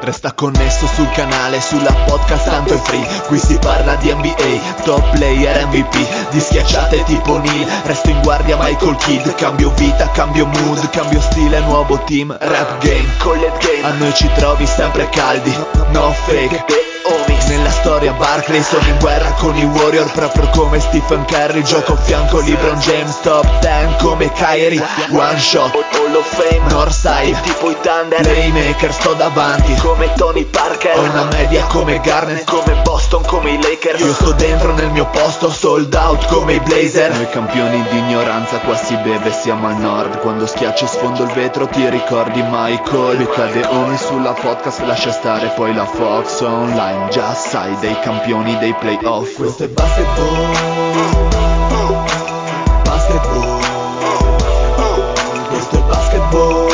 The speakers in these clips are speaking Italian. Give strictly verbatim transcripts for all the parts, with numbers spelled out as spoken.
Resta connesso sul canale, sulla podcast tanto è free. Qui si parla di N B A, top player M V P, di schiacciate tipo Neil. Resto in guardia Michael Kidd. Cambio vita, cambio mood, cambio stile, nuovo team. Rap game, collet game, a noi ci trovi sempre caldi. No fake, homies. Nella storia Barkley, sono in guerra con i Warrior, proprio come Stephen Curry. Gioco a fianco LeBron James, top dieci come Kyrie. One shot, Hall of Fame, Northside, tipo i Thunder. Playmaker, sto davanti come Tony Parker. Ho una media come Garnett, come Boston, come i Lakers. Io sto dentro nel mio posto, sold out come i Blazer. Noi campioni di ignoranza, qua si beve, siamo al nord. Quando schiacci sfondo il vetro ti ricordi Michael. Mi cade ogni sulla podcast, lascia stare poi la Fox online. Già sai, dei campioni dei playoff. Questo è basketball, basketball. Questo è basketball,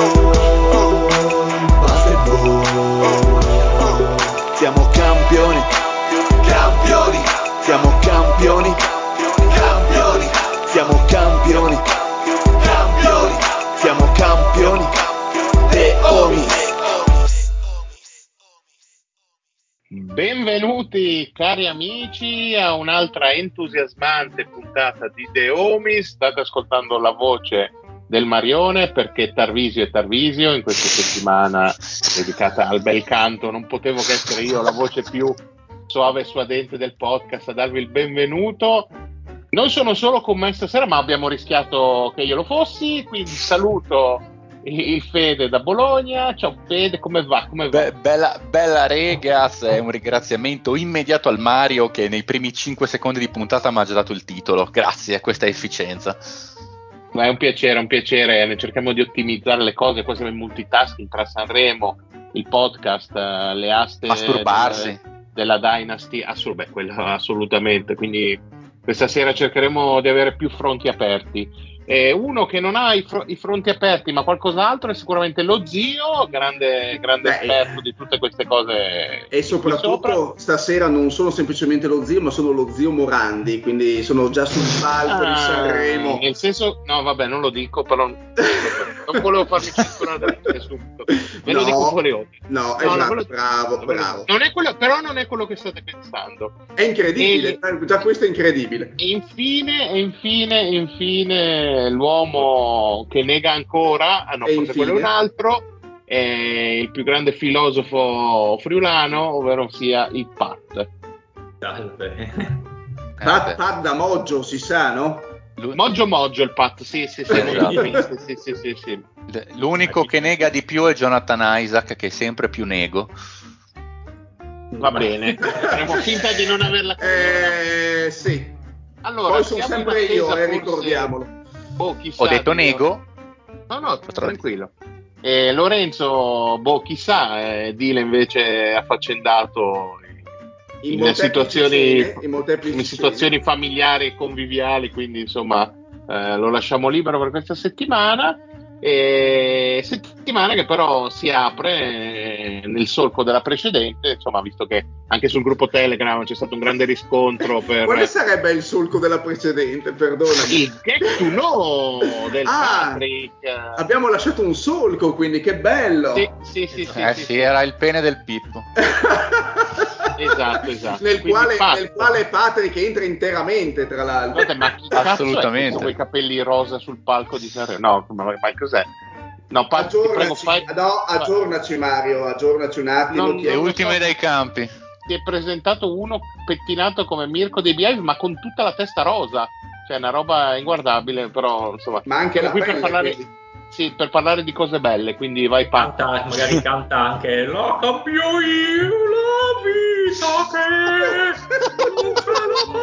basketball. Siamo campioni, campioni. Siamo campioni, campioni. Siamo campioni, campioni. Siamo campioni, The Homies. Benvenuti cari amici a un'altra entusiasmante puntata di The Homies. State ascoltando la voce del Marione perché Tarvisio è Tarvisio in questa settimana dedicata al bel canto. Non potevo che essere io la voce più suave e suadente del podcast a darvi il benvenuto. Non sono solo con me stasera, ma abbiamo rischiato che io lo fossi, quindi saluto il Fede da Bologna. Ciao Fede, come va? Come va? Be- bella, bella regas, è un ringraziamento immediato al Mario che nei primi cinque secondi di puntata mi ha già dato il titolo. Grazie, questa è efficienza. Ma è un piacere, è un piacere. Ne cerchiamo di ottimizzare le cose. Qua siamo in multitasking tra Sanremo, il podcast, le aste Masturbarsi della, della Dynasty. Assur- beh, quello assolutamente. Quindi questa sera cercheremo di avere più fronti aperti. E uno che non ha i, fr- i fronti aperti ma qualcos'altro è sicuramente lo zio, grande, grande Beh, esperto di tutte queste cose. E soprattutto stasera non sono semplicemente lo zio, ma sono lo zio Morandi, quindi sono già sul palco ah, di Sanremo. Nel senso, no vabbè, non lo dico, però non volevo farmi censurare subito. Ve no, lo dico fuori occhio. No, no esatto, quello, bravo, bravo. Non è quello, però non è quello che state pensando. È incredibile, e, già questo è incredibile. E infine, e infine, e infine l'uomo che nega ancora, ah no, e forse infine. quello è un altro, è il più grande filosofo friulano, ovvero sia il Pat. Salve. Pat, Pat da Moggio, si sa, no? Moggio Moggio il Pat, sì, sì, sì, esatto. sì, sì, sì, sì. L'unico che nega di più è Jonathan Isaac, che è sempre più nego. Va bene, faremo finta di non averla. Eh, sì. Allora, poi sono sempre io, eh, forse... ricordiamolo. Boh, chissà, Ho detto io... nego? No, no, tranquillo. Eh, Lorenzo, boh, chissà, eh, Dile invece affaccendato in, in situazioni, scene, in, in situazioni familiari e conviviali, quindi insomma eh, lo lasciamo libero per questa settimana. E settimana che però si apre nel solco della precedente, insomma, visto che anche sul gruppo Telegram c'è stato un grande riscontro per... Quale sarebbe il solco della precedente? Perdonami. Il Get to Know del ah, Patrick. Abbiamo lasciato un solco, quindi che bello. Sì, sì, sì, sì, eh sì, sì, sì. Era il pene del Pippo. Esatto, esatto. Nel quale, Pat... nel quale Patrick entra interamente, tra l'altro. Guardate, ma chi assolutamente con i capelli rosa sul palco di Sanremo? No, ma, ma cos'è? No, Pat, ti prego, fai... no, aggiornaci Mario, aggiornaci un attimo. Non, Le ultime so. Dai campi. Si è presentato uno pettinato come Mirko De Biasi, ma con tutta la testa rosa. Cioè, una roba inguardabile, però insomma. Ma anche la qui pelle, per parlare, quindi. sì, per parlare di cose belle, quindi vai Pat. Canta, magari canta anche la cambio io la vita che non se la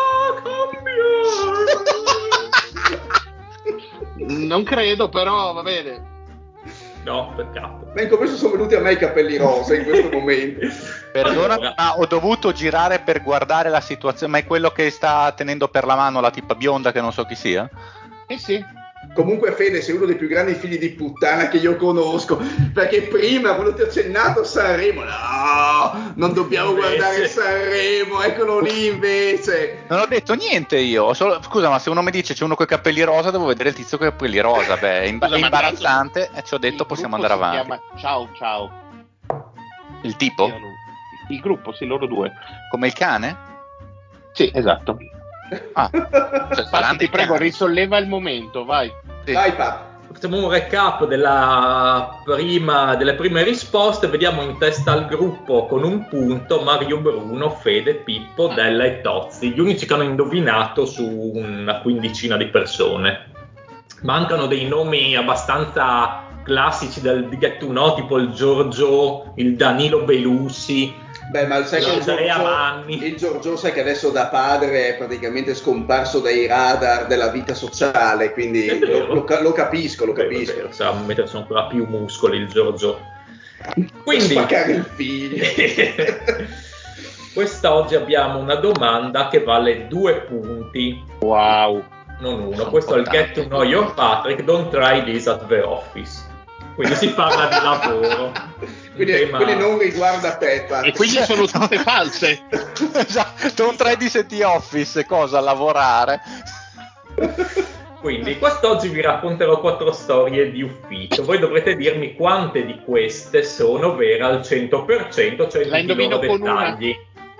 fa cambiare. Non credo, però va bene. No, peccato. Ma in commesso sono venuti a me i capelli rosa in questo momento. Perdona, allora. ma ho dovuto girare per guardare la situazione. Ma è quello che sta tenendo per la mano la tipa bionda che non so chi sia? Eh sì. Comunque Fede sei uno dei più grandi figli di puttana che io conosco, perché prima quando ti ho accennato Sanremo, no, non dobbiamo invece. guardare Sanremo, eccolo lì invece. Non ho detto niente io, ho solo, scusa, ma se uno mi dice c'è uno con i capelli rosa, devo vedere il tizio con i capelli rosa, beh, è, imba- Scusa, è ma imbarazzante e ci ho detto possiamo andare avanti. Chiama... Ciao, ciao. Il tipo? Io non- Il gruppo, sì, loro due. Come il cane? Sì, esatto. Ah, cioè, Infatti, saranno ti dei prego, cani. risolleva il momento, vai. Sì. Vai, Pap. Facciamo un recap della prima, delle prime risposte. Vediamo in testa al gruppo con un punto Mario, Bruno, Fede, Pippo, Della e Tozzi, gli unici che hanno indovinato su una quindicina di persone. Mancano dei nomi abbastanza classici del di Get to Know, tipo il Giorgio, il Danilo Belusi, Beh, ma sai che il Andrea Giorgio, Manni. il Giorgio sai che adesso da padre è praticamente scomparso dai radar della vita sociale, quindi È lo, vero. lo ca- lo capisco, lo È vero, è capisco. vero, sa mettersi ancora più muscoli il Giorgio. Per Quindi spaccare il figlio. quest'oggi abbiamo una domanda che vale due punti, Wow. non uno. Sono Questo è il Get importanti. to Know Your Patrick, don't try this at the office. Quindi si parla di lavoro. Un Quindi, tema- quindi non riguarda te, Pat. E quindi sono tutte false. Già, non try di The Office, cosa? Lavorare? Quindi quest'oggi vi racconterò quattro storie di ufficio. Voi dovrete dirmi quante di queste sono vere al cento per cento, cioè La tutti i loro indovino con una. dettagli.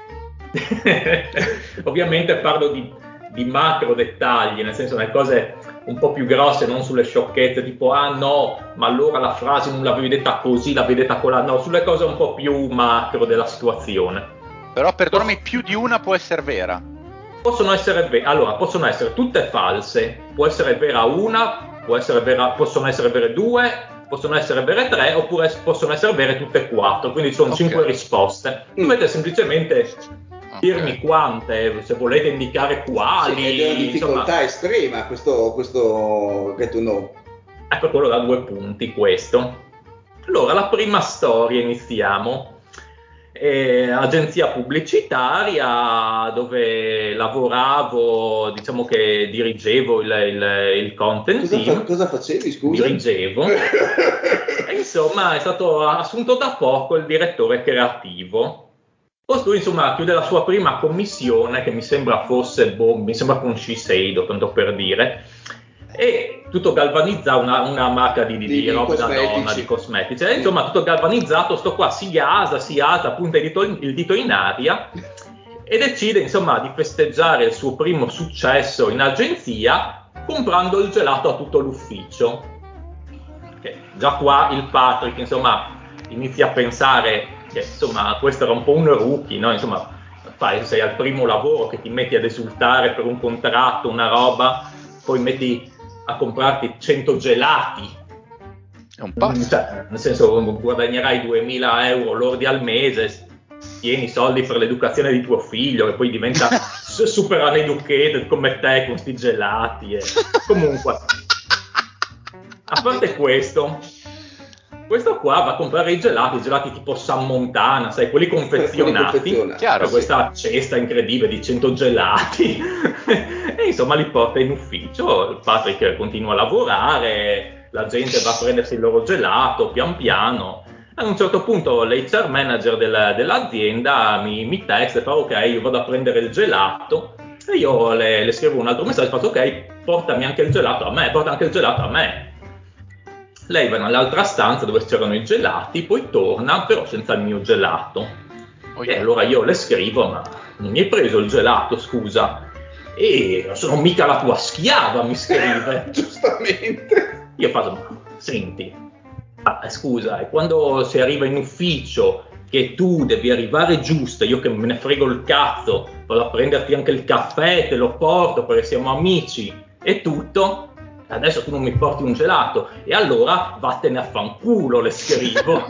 Ovviamente parlo di, di macro dettagli, nel senso delle cose un po' più grosse, non sulle sciocchezze tipo ah no, ma allora la frase non l'avevi detta così, l'avevi detta quella, no, sulle cose un po' più macro della situazione. Però perdonami, più di una può essere vera. Possono essere ve- allora, possono essere tutte false, può essere vera una, può essere vera, possono essere vere due, possono essere vere tre, oppure es- possono essere vere tutte e quattro, quindi sono Ok. cinque risposte. Dovete semplicemente dirmi Ok. quante, se volete indicare quali. Sì, è di una difficoltà insomma, estrema questo, questo Get to Know. ecco quello da due punti questo. Allora, la prima storia, iniziamo. Eh, agenzia pubblicitaria dove lavoravo, diciamo che dirigevo il, il, il content Cosa, team. fa- cosa facevi, scusa? Dirigevo. E insomma, è stato assunto da poco il direttore creativo. Costui, insomma, chiude la sua prima commissione, che mi sembra fosse, boh, mi sembra con Shiseido, tanto per dire, e tutto galvanizzato, una, una marca di, di, Di- di di robe da cosmetici. donna, di cosmetici, e, insomma, tutto galvanizzato, sto qua si gasa, si alza, punta il dito in, il dito in aria, e decide, insomma, di festeggiare il suo primo successo in agenzia comprando il gelato a tutto l'ufficio. Che già qua il Patrick, insomma, inizia a pensare che insomma questo era un po' un rookie, no? Insomma, fai, sei al primo lavoro che ti metti ad esultare per un contratto, una roba, poi metti a comprarti cento gelati. È un passo. Cioè, nel senso, guadagnerai duemila euro lordi al mese, tieni soldi per l'educazione di tuo figlio e poi diventa super uneducated come te con sti gelati. E... Comunque, a parte questo, questo qua va a comprare i gelati, i gelati tipo San Montana, sai, quelli confezionati, confezionati, chiaro, per questa cesta incredibile di cento gelati, e insomma li porta in ufficio. Il Patrick continua a lavorare, la gente va a prendersi il loro gelato pian piano. A un certo punto l'H R manager del, dell'azienda mi, mi testa e fa ok, io vado a prendere il gelato, e io le, le scrivo un altro messaggio, faccio ok, portami anche il gelato a me, porta anche il gelato a me. Lei va nell'altra stanza dove c'erano i gelati, poi torna però senza il mio gelato. Oh, E yeah. allora io le scrivo, ma non mi hai preso il gelato, scusa? E sono mica la tua schiava, mi scrive. Giustamente. Io faccio, ma senti, ah, scusa, e quando si arriva in ufficio che tu devi arrivare giusto, io che me ne frego il cazzo, vado a prenderti anche il caffè, te lo porto perché siamo amici e tutto, adesso tu non mi porti un gelato, e allora vattene a fanculo, le scrivo.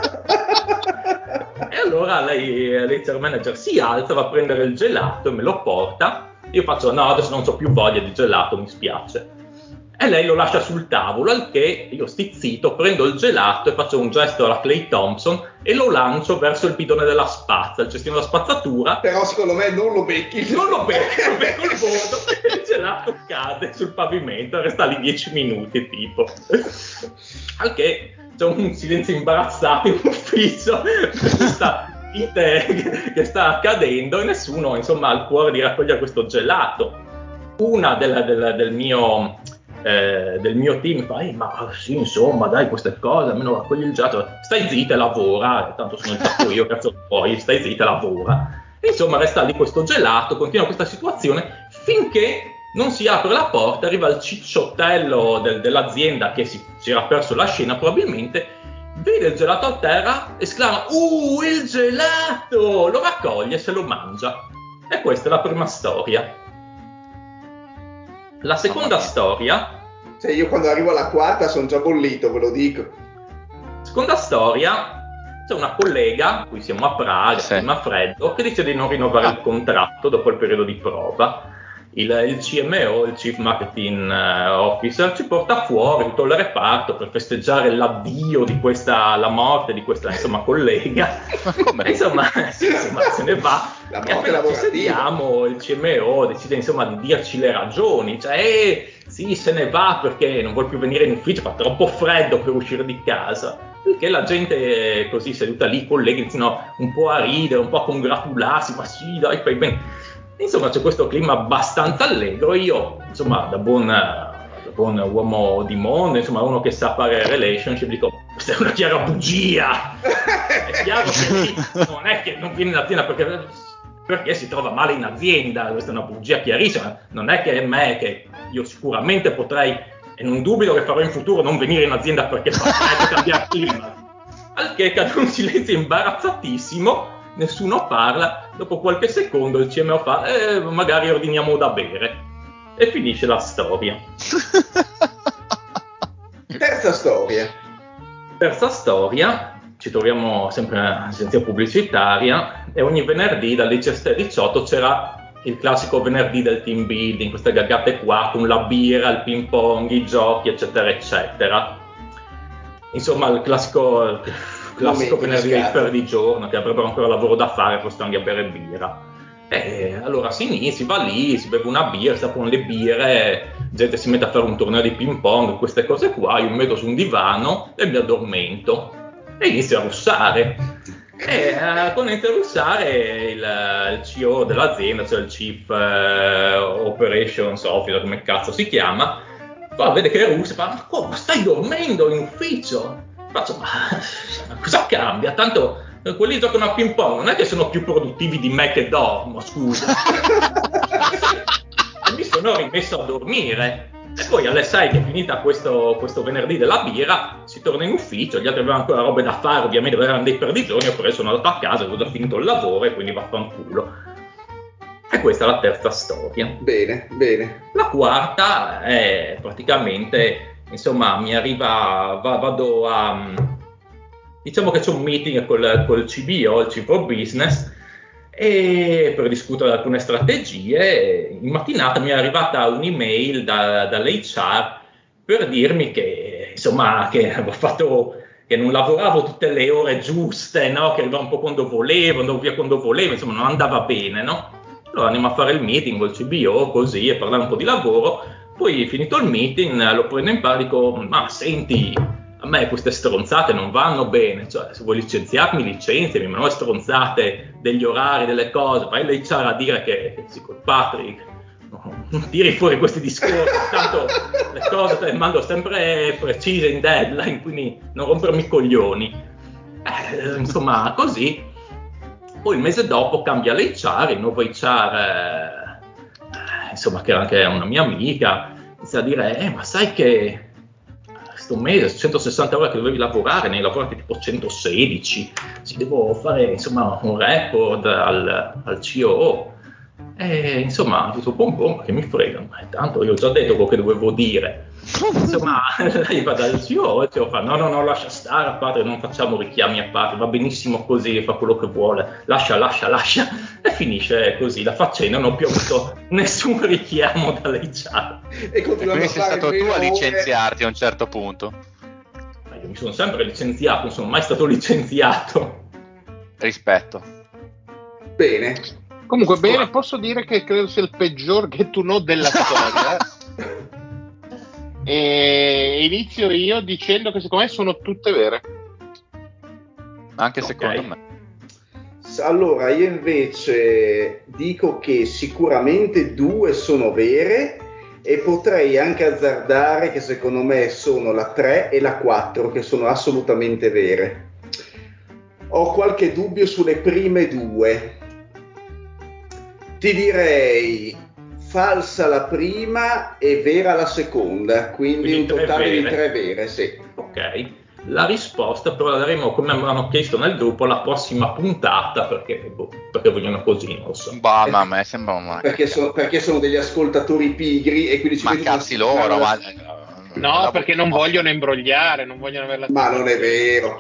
E allora lei, l'H R manager si alza, va a prendere il gelato e me lo porta. Io faccio no, adesso non ho più voglia di gelato, mi spiace. E lei lo lascia sul tavolo, al che io stizzito prendo il gelato e faccio un gesto alla Clay Thompson e lo lancio verso il bidone della spazza, il cestino della spazzatura. Però secondo me non lo becchi. Non lo becco, becco il bordo e il gelato cade sul pavimento e resta lì dieci minuti tipo. Al che c'è un silenzio imbarazzato in ufficio per questa ite che sta accadendo e nessuno insomma ha il cuore di raccogliere questo gelato. Una della, della, del mio eh, del mio team fa, eh, ma sì, insomma, dai, queste cose, almeno raccogli il gelato, stai zitta e lavora, tanto sono il capo io, cazzo poi, stai zitta e lavora. E insomma, resta lì questo gelato, continua questa situazione, finché non si apre la porta, arriva il cicciottello del, dell'azienda che si, si era perso la scena probabilmente, vede il gelato a terra, esclama, uh, il gelato! Lo raccoglie e se lo mangia. E questa è la prima storia. La seconda storia... Cioè io quando arrivo alla quarta sono già bollito, ve lo dico. Seconda storia, c'è una collega, qui siamo a Praga, Sì. clima freddo, che dice di non rinnovare il contratto dopo il periodo di prova. Il, il C M O, il Chief Marketing Officer, ci porta fuori tutto il reparto per festeggiare l'addio di questa, la morte di questa insomma collega. Ma come? Insomma, insomma, se ne va. La E morte appena ci lavorativa. sediamo, il C M O decide insomma di dirci le ragioni, cioè eh, sì, se ne va perché non vuole più venire in ufficio, fa troppo freddo per uscire di casa. Perché la gente così seduta lì, i colleghi iniziano un po' a ridere, un po' a congratularsi, ma sì, dai, fai bene. Insomma, c'è questo clima abbastanza allegro. Io, insomma, da buon, da buon uomo di mondo, insomma, uno che sa fare relationship, dico, questa è una chiara bugia. È chiaro che lì non è che non viene in azienda perché, perché si trova male in azienda, questa è una bugia chiarissima. Non è che è me, che io sicuramente potrei, e non dubito che farò in futuro, non venire in azienda perché fa freddo cambiare clima. Al che cade un silenzio imbarazzatissimo. Nessuno parla, dopo qualche secondo il C M O fa eh, magari ordiniamo da bere e finisce la storia. Terza storia. Terza storia, ci troviamo sempre all'agenzia pubblicitaria e ogni venerdì dalle diciassette alle diciotto c'era il classico venerdì del team building, queste gagate qua con la birra, il ping pong, i giochi eccetera eccetera. Insomma il classico... classico venerdì per di giorno che avrebbero ancora lavoro da fare poi stanno lì a bere birra e allora si inizia, si va lì, si beve una birra, si aprono le birre, gente si mette a fare un torneo di ping pong, queste cose qua, io mi metto su un divano e mi addormento e inizio a russare e eh, quando inizio a russare il, il C E O dell'azienda, cioè il Chief eh, Operations Officer, come cazzo si chiama, fa, vede che russa, fa, ma come, stai dormendo in ufficio? Faccio, ma cosa cambia? Tanto quelli giocano a ping pong, non è che sono più produttivi di me che dormo, scusa. E mi sono rimesso a dormire. E poi alle sei che è finita questo, questo venerdì della birra, si torna in ufficio, gli altri avevano ancora robe da fare, ovviamente erano dei perdigioni, oppure sono andato a casa, avevo già finito il lavoro e quindi vaffanculo. E questa è la terza storia. Bene, bene. La quarta è praticamente... Insomma, mi arriva, va, vado a, diciamo che c'è un meeting col, col C B O, il Chief of Business, e per discutere alcune strategie. In mattinata mi è arrivata un'email da, dall'H R per dirmi che, insomma, che avevo fatto, che non lavoravo tutte le ore giuste, no? Che arrivavo un po' quando volevo, andavo via quando volevo, insomma, non andava bene, no? Allora andiamo a fare il meeting col C B O, così, e parlare un po' di lavoro. Poi finito il meeting lo prendo in pari e dico, ma senti, a me queste stronzate non vanno bene, cioè se vuoi licenziarmi licenziami, ma non stronzate degli orari, delle cose, vai l'H R a dire che, sì, col Patrick, non tiri fuori questi discorsi, tanto le cose te le mando sempre precise in deadline, quindi non rompermi i coglioni. Eh, insomma, così. Poi il mese dopo cambia l'H R, il nuovo H R... Eh, insomma, che era anche una mia amica, inizia a dire, eh, ma sai che questo mese, centosessanta ore che dovevi lavorare, ne hai lavorati tipo centosedici, si devo fare, insomma, un report al, al C O O. E, insomma, tutto pom pom, che mi fregano, ma tanto io ho già detto quello che dovevo dire. Insomma, lei va dal C O O e il C O O fa, no, no, no, lascia stare a parte, non facciamo richiami a parte, va benissimo così, fa quello che vuole, lascia, lascia, lascia, e finisce così la faccenda, non ho più avuto nessun richiamo dall'H R. E continuando Quindi a sei fare stato tu meno a ore. licenziarti a un certo punto. Ma io mi sono sempre licenziato, non sono mai stato licenziato. Rispetto. Bene. Comunque, bene, posso dire che credo sia il peggior get to know della storia. E inizio io dicendo che secondo me sono tutte vere. Anche Ok. secondo me. Allora, io invece dico che sicuramente due sono vere e potrei anche azzardare che secondo me sono la tre e la quattro, che sono assolutamente vere. Ho qualche dubbio sulle prime due. Ti direi falsa la prima e vera la seconda, quindi, quindi un totale vere. di tre vere, sì. Ok, la risposta però la daremo, come hanno chiesto nel gruppo, la prossima puntata, perché, boh, perché vogliono così, non lo so. Bah, ma a me sembra una perché, so, perché sono degli ascoltatori pigri e quindi ci ma cazzi loro, ma... No, perché non vogliono imbrogliare, non vogliono avere la ma non è vero.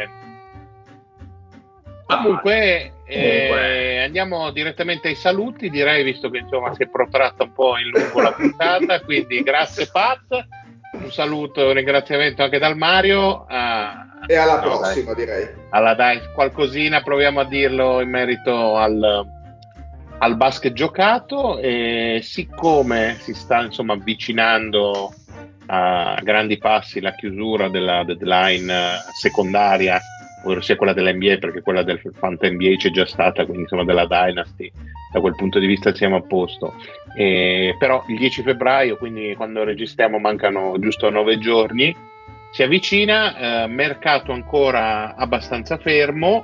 Comunque, eh, andiamo direttamente ai saluti, direi, visto che insomma si è protratta un po' in lungo la puntata, quindi grazie Pat, un saluto e un ringraziamento anche dal Mario. Ah, e alla no, prossima dai. direi. Alla dai, qualcosina proviamo a dirlo in merito al, al basket giocato, e siccome si sta insomma avvicinando a grandi passi la chiusura della deadline secondaria, ovvero sia quella dell'N B A, perché quella del Fanta N B A c'è già stata, quindi insomma della Dynasty, da quel punto di vista siamo a posto. E, però il dieci febbraio, quindi quando registriamo mancano giusto nove giorni, si avvicina, eh, mercato ancora abbastanza fermo,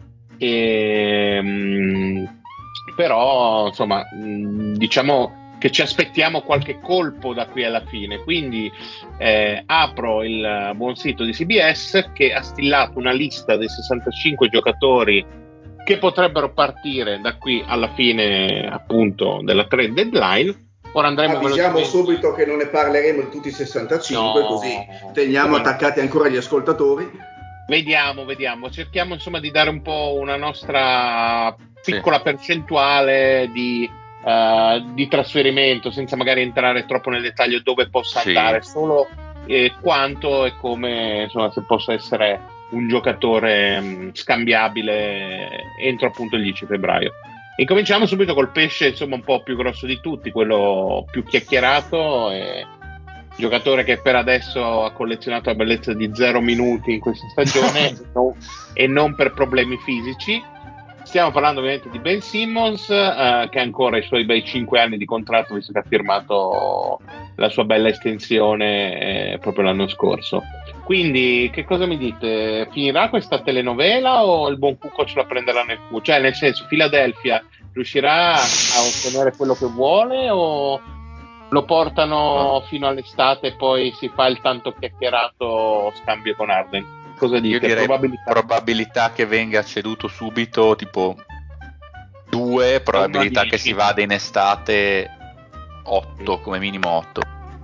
e, mh, però insomma mh, diciamo che ci aspettiamo qualche colpo da qui alla fine, quindi eh, apro il buon sito di C B S che ha stillato una lista dei sessantacinque giocatori che potrebbero partire da qui alla fine appunto della trade deadline. Ora andremo avvisiamo velocemente... subito che non ne parleremo di tutti i sessantacinque, no, così teniamo attaccati ancora gli ascoltatori. Vediamo, vediamo, cerchiamo insomma di dare un po' una nostra piccola sì. percentuale di Uh, di trasferimento, senza magari entrare troppo nel dettaglio dove possa sì. andare, solo eh, quanto e come, insomma, se possa essere un giocatore mh, scambiabile entro appunto il dieci febbraio. E cominciamo subito col pesce insomma un po' più grosso di tutti, quello più chiacchierato, e giocatore che per adesso ha collezionato la bellezza di zero minuti in questa stagione no, e non per problemi fisici. Stiamo parlando ovviamente di Ben Simmons, eh, che ha ancora i suoi bei cinque anni di contratto, visto che ha firmato la sua bella estensione eh, proprio l'anno scorso. Quindi, che cosa mi dite? Finirà questa telenovela o il buon Kukoc la prenderà nel culo? Cioè, nel senso, Philadelphia riuscirà a ottenere quello che vuole o lo portano fino all'estate e poi si fa il tanto chiacchierato scambio con Harden? Cosa dite? Io direi probabilità. probabilità che venga ceduto subito, tipo due, probabilità che si vada in estate otto, come minimo otto.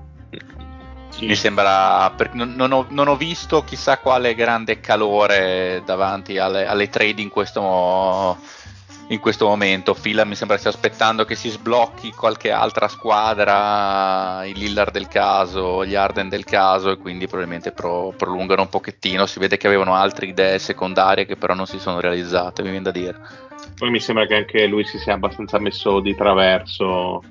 Sì. Mi sembra, per, non, non, ho, non ho visto chissà quale grande calore davanti alle, alle trade in questo, in questo momento. Fila mi sembra stia aspettando che si sblocchi qualche altra squadra, i Lillard del caso, gli Harden del caso, e quindi probabilmente pro, prolungano un pochettino. Si vede che avevano altre idee secondarie che però non si sono realizzate, mi viene da dire. Poi mi sembra che anche lui si sia abbastanza messo di traverso,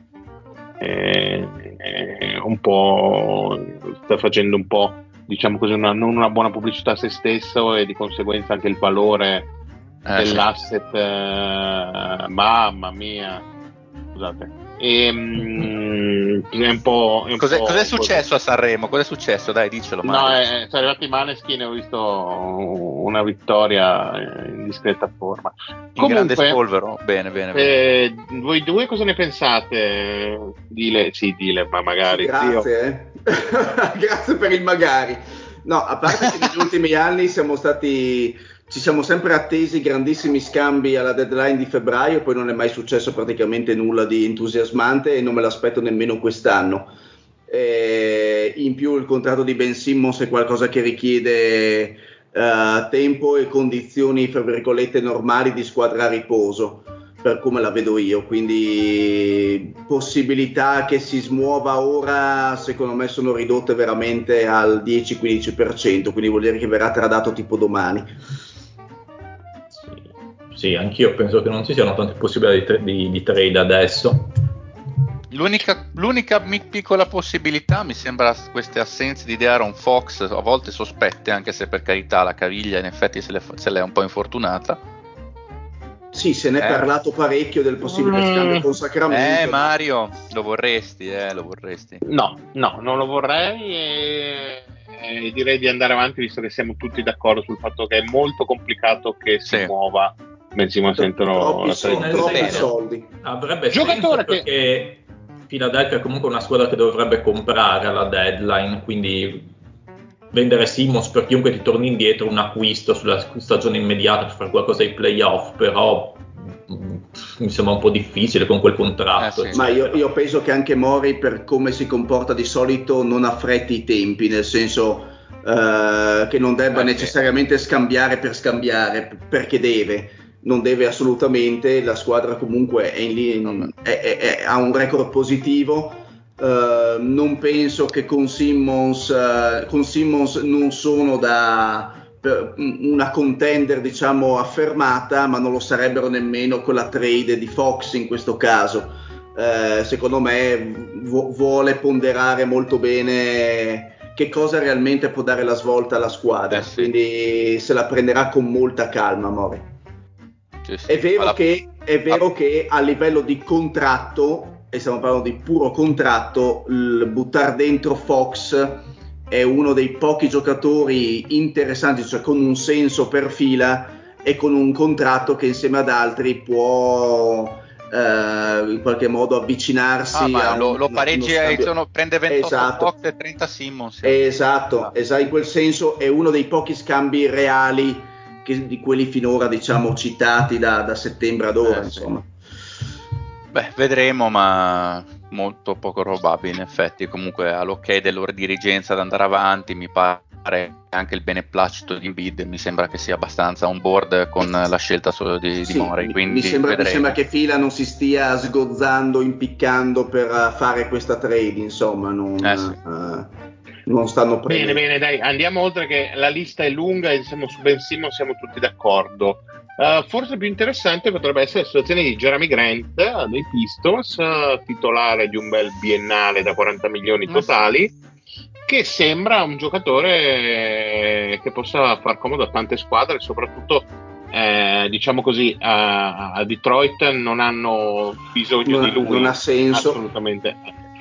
e, e un po' sta facendo un po', diciamo così, una, non una buona pubblicità a se stesso, e di conseguenza anche il valore Eh, dell'asset, sì. eh, mamma mia, scusate. E, mm, è un po'. È un cos'è, po', cos'è successo a Sanremo? Cos'è successo? Dai, dicelo. No, è, sono arrivati i Maneskin e ho visto una vittoria in discreta forma. In Comunque, grande spolvero? Bene, bene, eh, bene. Voi due cosa ne pensate? Dile, sì, dile, ma magari. Sì, grazie, eh. Grazie per il magari. No, a parte che negli ultimi anni siamo stati. Ci siamo sempre attesi grandissimi scambi alla deadline di febbraio, poi non è mai successo praticamente nulla di entusiasmante e non me l'aspetto nemmeno quest'anno. E in più il contratto di Ben Simmons è qualcosa che richiede uh, tempo e condizioni, fra virgolette, normali di squadra a riposo, per come la vedo io, quindi possibilità che si smuova ora secondo me sono ridotte veramente al dieci quindici per cento, quindi vuol dire che verrà tradato tipo domani. Sì, anch'io penso che non ci siano tante possibilità di, di, di trade adesso. L'unica, l'unica piccola possibilità mi sembra queste assenze di De'Aaron Fox, a volte sospette, anche se per carità la caviglia in effetti se l'è, se l'è un po' infortunata. Sì, se ne è Eh. parlato parecchio del possibile scambio con Sacramento. Eh Mario, lo vorresti, eh, lo vorresti. No, no, non lo vorrei e, e direi di andare avanti visto che siamo tutti d'accordo sul fatto che è molto complicato che si Sì. muova mentre si sentono Troppi, la soldi, nel troppi senso- soldi. Avrebbe Giocatore senso perché Philadelphia è comunque una squadra che dovrebbe comprare alla deadline, quindi vendere Simmons per chiunque ti torni indietro un acquisto sulla stagione immediata per fare qualcosa ai playoff, però mm, mi sembra un po' difficile con quel contratto. Eh sì. Ma io, eccetera. io penso che anche Mori, per come si comporta di solito, non affretti i tempi, nel senso eh, che non debba Eh sì. necessariamente scambiare per scambiare, p- perché deve. Non deve assolutamente, la squadra comunque è in linea, Vabbè. è- è- è- ha un record positivo. Eh, non penso che con Simmons, eh, con Simmons non sono da per una contender diciamo affermata, ma non lo sarebbero nemmeno con la trade di Fox in questo caso. Eh, secondo me vu- vuole ponderare molto bene che cosa realmente può dare la svolta alla squadra, Eh sì. quindi se la prenderà con molta calma Mori. Sì, sì. È vero, Ma la- che, è vero che a livello di contratto, e stiamo parlando di puro contratto, il buttare dentro Fox è uno dei pochi giocatori interessanti, cioè con un senso per fila e con un contratto che insieme ad altri può eh, in qualche modo avvicinarsi Ah, ma a lo, un, lo pareggi, uno eh, scambio. sono- prende ventotto Esatto. Fox e trenta Simmons. Esatto, esatto, in quel senso è uno dei pochi scambi reali che, di quelli finora diciamo citati da, da settembre ad ora, Eh, sì. insomma. Beh, vedremo, ma molto poco probabile in effetti. Comunque all'ok della loro dirigenza ad andare avanti, mi pare anche il beneplacito di Embiid mi sembra che sia abbastanza on board con la scelta solo di, Sì, di Morey, mi, quindi mi sembra, mi vedremo. sembra che Fila non si stia sgozzando, impiccando per uh, fare questa trade, insomma, non, Eh, sì. uh, non stanno Bene, prendendo. bene, dai, andiamo oltre che la lista è lunga e siamo su Ben Simmons, siamo tutti d'accordo. Uh, forse più interessante potrebbe essere la situazione di Jeremy Grant uh, dei Pistons, uh, titolare di un bel biennale da quaranta milioni Eh, totali, che sembra un giocatore che possa far comodo a tante squadre, soprattutto eh, diciamo così a, a Detroit non hanno bisogno Non, di lui non ha senso. assolutamente.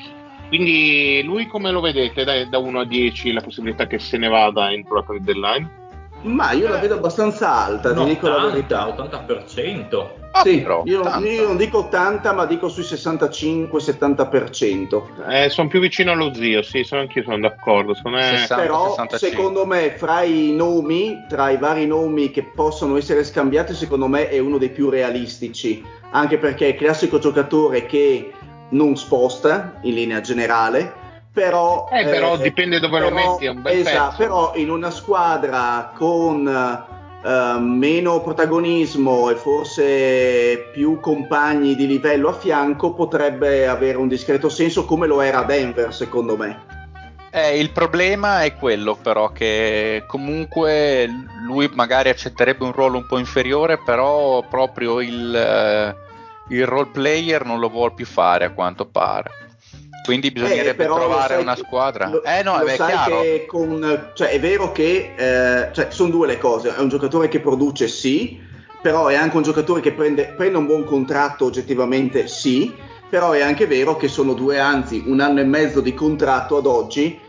Quindi lui come lo vedete da, da uno a dieci la possibilità che se ne vada entro la trade deadline? Ma io la vedo abbastanza alta, Un ti dico la ottanta, verità. ottanta per cento. Ah, Sì, però, io, tanto. io non dico ottanta, ma dico sui sessantacinque settanta per cento. Eh, sono più vicino allo zio, sì, sono anch'io sono d'accordo. Secondo me sessanta Però sessantacinque. secondo me fra i nomi, tra i vari nomi che possono essere scambiati, secondo me è uno dei più realistici, anche perché è il classico giocatore che non sposta in linea generale, però, Eh, però eh, dipende dove lo però- metti, è un bel esatto, pezzo. però in una squadra con eh, meno protagonismo e forse più compagni di livello a fianco potrebbe avere un discreto senso, come lo era a Denver secondo me. Eh, il problema è quello però che comunque lui magari accetterebbe un ruolo un po' inferiore, però proprio il, eh, il role player non lo vuole più fare a quanto pare. Quindi bisognerebbe Eh, però lo trovare sai una che- squadra. Lo, eh no, lo beh, è sai chiaro. che con, cioè, è vero che eh, cioè, sono due le cose. È un giocatore che produce, sì, però è anche un giocatore che prende, prende un buon contratto, oggettivamente, sì. Però è anche vero che sono due, anzi, un anno e mezzo di contratto ad oggi.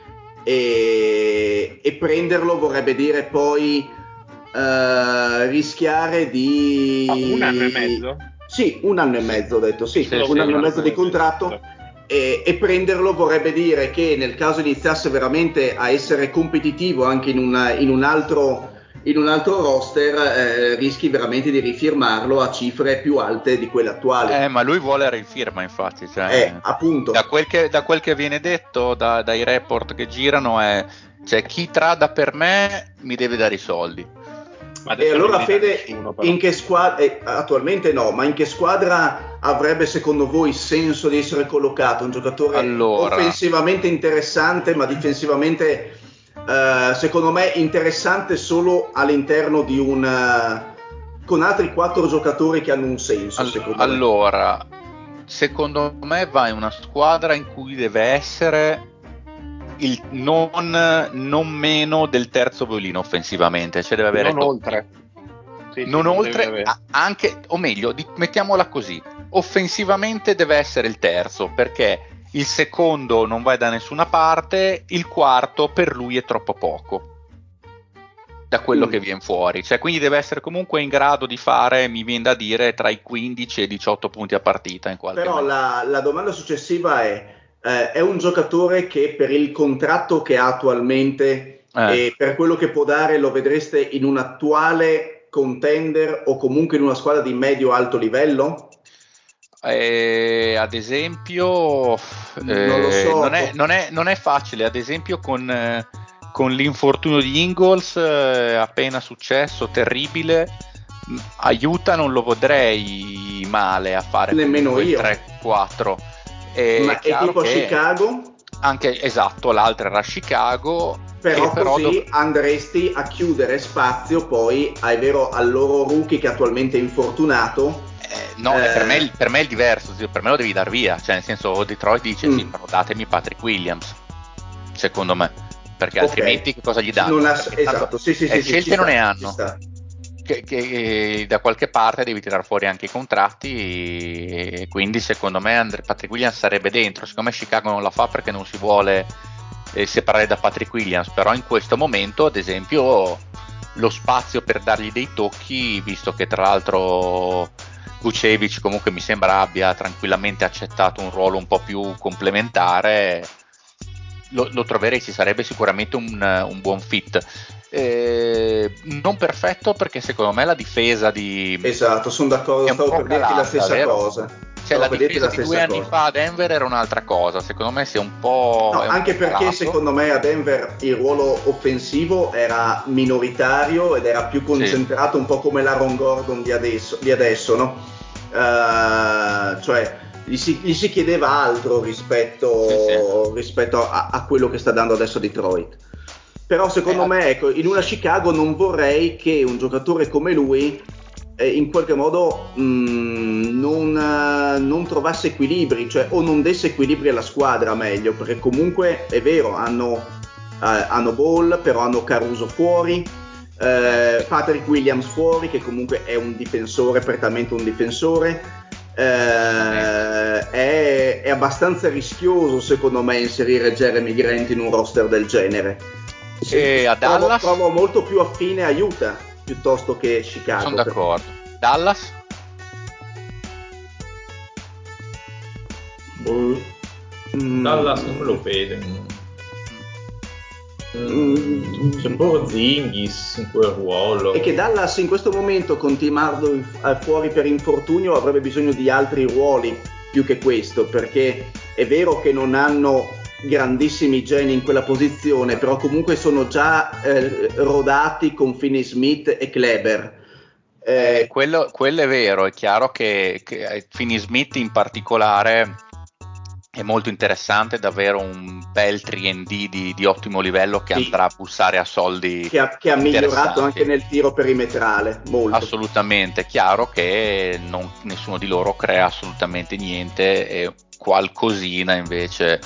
E, e prenderlo vorrebbe dire poi eh, rischiare di. Ah, un anno e mezzo? Sì, un anno e mezzo ho detto, sì, Sì, un sì, anno e un mezzo di contratto. E, e prenderlo vorrebbe dire che nel caso iniziasse veramente a essere competitivo anche in, una, in, un, altro, in un altro roster, eh, rischi veramente di rifirmarlo a cifre più alte di quelle attuali. Eh, ma lui vuole rifirma, infatti. Cioè, Eh, appunto. Da quel, che, da quel che viene detto da, dai report che girano è cioè, chi trada per me mi deve dare i soldi. Ma E allora Fede, nessuno, però. in che squadra, eh, attualmente no, ma in che squadra avrebbe secondo voi senso di essere collocato? Un giocatore Allora. offensivamente interessante, ma difensivamente eh, secondo me interessante solo all'interno di un uh, con altri quattro giocatori che hanno un senso, All- secondo allora, secondo me va in una squadra in cui deve essere il non, non meno del terzo violino offensivamente, cioè deve avere Non oltre. sì, non sì, oltre a, anche, o meglio, di, mettiamola così, offensivamente deve essere il terzo, perché il secondo non va da nessuna parte, il quarto per lui è troppo poco da quello mm. che viene fuori, cioè quindi deve essere comunque in grado di fare, mi viene da dire, tra i quindici e i diciotto punti a partita in qualche Però maniera. la, la domanda successiva è eh, è un giocatore che per il contratto che ha attualmente eh. e per quello che può dare lo vedreste in un attuale contender o comunque in una squadra di medio-alto livello? Eh, ad esempio eh, non lo so, non è, non, è, non è facile, ad esempio con, eh, con l'infortunio di Ingles eh, appena successo, terribile, mh, aiuta, non lo vedrei male a fare nemmeno io tre quattro. È ma è tipo a Chicago? Anche, esatto, l'altra era Chicago, però, però così dov- andresti a chiudere spazio poi è vero al loro rookie che attualmente è infortunato. Eh, no, eh, per, me, per me è diverso, per me lo devi dar via, cioè nel senso Detroit dice mm. sì, però datemi Patrick Williams, secondo me, perché okay. altrimenti che cosa gli danno? Non ha, esatto, sì, sì, eh, sì, scelte sì, non sta, ne hanno, che, che da qualche parte devi tirare fuori anche i contratti e quindi secondo me Andre, Patrick Williams sarebbe dentro, secondo me Chicago non la fa perché non si vuole eh, separare da Patrick Williams, però in questo momento ad esempio lo spazio per dargli dei tocchi, visto che tra l'altro Vucevic comunque mi sembra abbia tranquillamente accettato un ruolo un po' più complementare, lo, lo troverei, ci sarebbe sicuramente un, un buon fit. Eh, non perfetto perché secondo me la difesa di esatto, sono d'accordo, stavo per dirti la stessa vero? cosa. Cioè stavo la per difesa la di due anni cosa. fa a Denver era un'altra cosa, secondo me si è un po', no, è un anche po' perché calato. Secondo me a Denver il ruolo offensivo era minoritario ed era più concentrato, sì. Un po' come l'Aaron Gordon di adesso, di adesso no? Uh, cioè gli si, gli si chiedeva altro rispetto, sì, sì. rispetto a, a quello che sta dando adesso Detroit. Però secondo eh, me ecco, in una sì. Chicago non vorrei che un giocatore come lui eh, in qualche modo mh, non, uh, non trovasse equilibri, cioè o non desse equilibri alla squadra meglio, perché comunque è vero, hanno, uh, hanno Ball, però hanno Caruso fuori, uh, Patrick Williams fuori, che comunque è un difensore, prettamente un difensore. Uh, è, è abbastanza rischioso secondo me inserire Jeremy Grant in un roster del genere. Sì, e a trovo, Dallas trovo molto più affine a Utah piuttosto che Chicago. Sono d'accordo. Dallas? Mm. Dallas non me lo vede. Mm. C'è Porzingis in quel ruolo. E che Dallas in questo momento, continuando fuori per infortunio, avrebbe bisogno di altri ruoli più che questo, perché è vero che non hanno grandissimi geni in quella posizione, però comunque sono già eh, rodati con Finney Smith e Kleber. Eh, quello, quello è vero, è chiaro che, che Finney Smith in particolare è molto interessante, davvero un bel tre and D di, di ottimo livello che sì. andrà a bussare a soldi che ha, che ha migliorato anche nel tiro perimetrale molto. Assolutamente, è chiaro che non, nessuno di loro crea assolutamente niente e qualcosina invece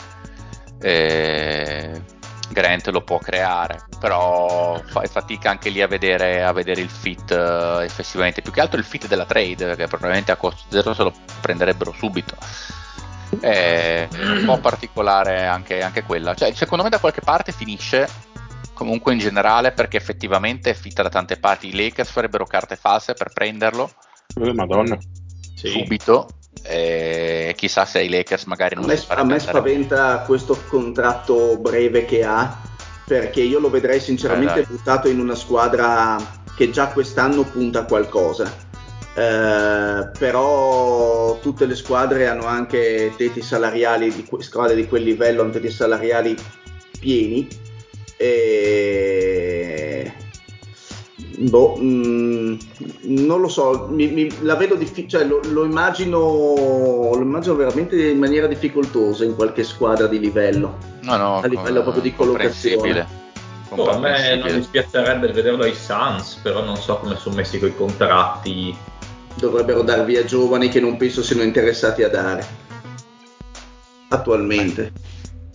eh, Grant lo può creare, però fai fatica anche lì a vedere, a vedere il fit uh, effettivamente, più che altro il fit della trade, perché probabilmente a costo zero se lo prenderebbero subito. È un po' particolare anche, anche quella, cioè, secondo me da qualche parte finisce comunque in generale, perché effettivamente è fitta da tante parti. I Lakers farebbero carte false per prenderlo eh, Madonna. subito e chissà se i Lakers magari non a me, si a me spaventa questo contratto breve che ha, perché io lo vedrei sinceramente eh, buttato in una squadra che già quest'anno punta a qualcosa. Eh, però tutte le squadre hanno anche tetti salariali di squadre di quel livello, hanno tetti salariali pieni e boh, mh, non lo so, mi, mi, la vedo diffi- cioè lo, lo immagino lo immagino veramente in maniera difficoltosa in qualche squadra di livello, no, no, a livello proprio di collocazione. Oh, a me non dispiacerebbe vederlo ai Suns, però non so come sono messi coi contratti. Dovrebbero dar via giovani che non penso siano interessati a dare attualmente.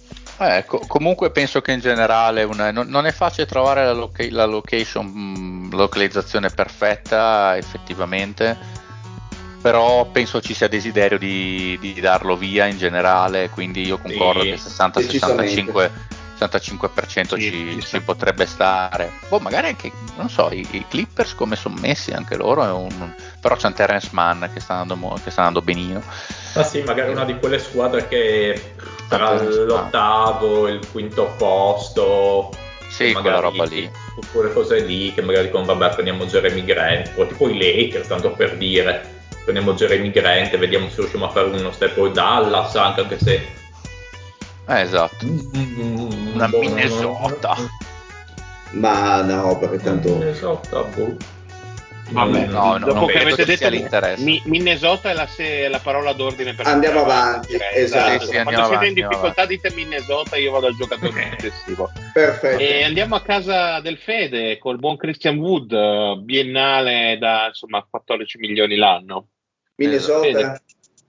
Eh, co- comunque penso che in generale una, non, non è facile trovare la, loca- la location, localizzazione perfetta effettivamente, però penso ci sia desiderio di, di darlo via in generale, quindi io concordo Sì, che sessanta sessantacinque sessantacinque per cento Sì, ci, ci ci sta. potrebbe stare. Boh, magari anche, non so, i, i Clippers come sono messi anche loro, è un, però c'è un Terrence Mann che sta andando, mo- che sta andando benino. Ma sì, magari una di quelle squadre che tra Terrence Mann. l'ottavo e il quinto posto, Sì, che quella magari roba lì. quelle cose lì, che magari dicono vabbè prendiamo Jeremy Grant, o tipo i Lakers, tanto per dire, prendiamo Jeremy Grant e vediamo se riusciamo a fare uno step, o Dallas anche, anche se Eh, esatto. Mm, Una boh, Minnesota. Ma no, perché tanto Minnesota, boh. Vabbè, Mm, no, no, dopo non che credo avete ci sia detto l'interesse. Mi- Minnesota è la, se- la parola d'ordine per Andiamo andare avanti, direi. esatto. Sì, sì, Quando andiamo siete avanti, in difficoltà dite Minnesota, io vado al giocatore successivo. Perfetto. E andiamo a casa del Fede col buon Christian Wood, eh, biennale da insomma quattordici milioni l'anno. Minnesota.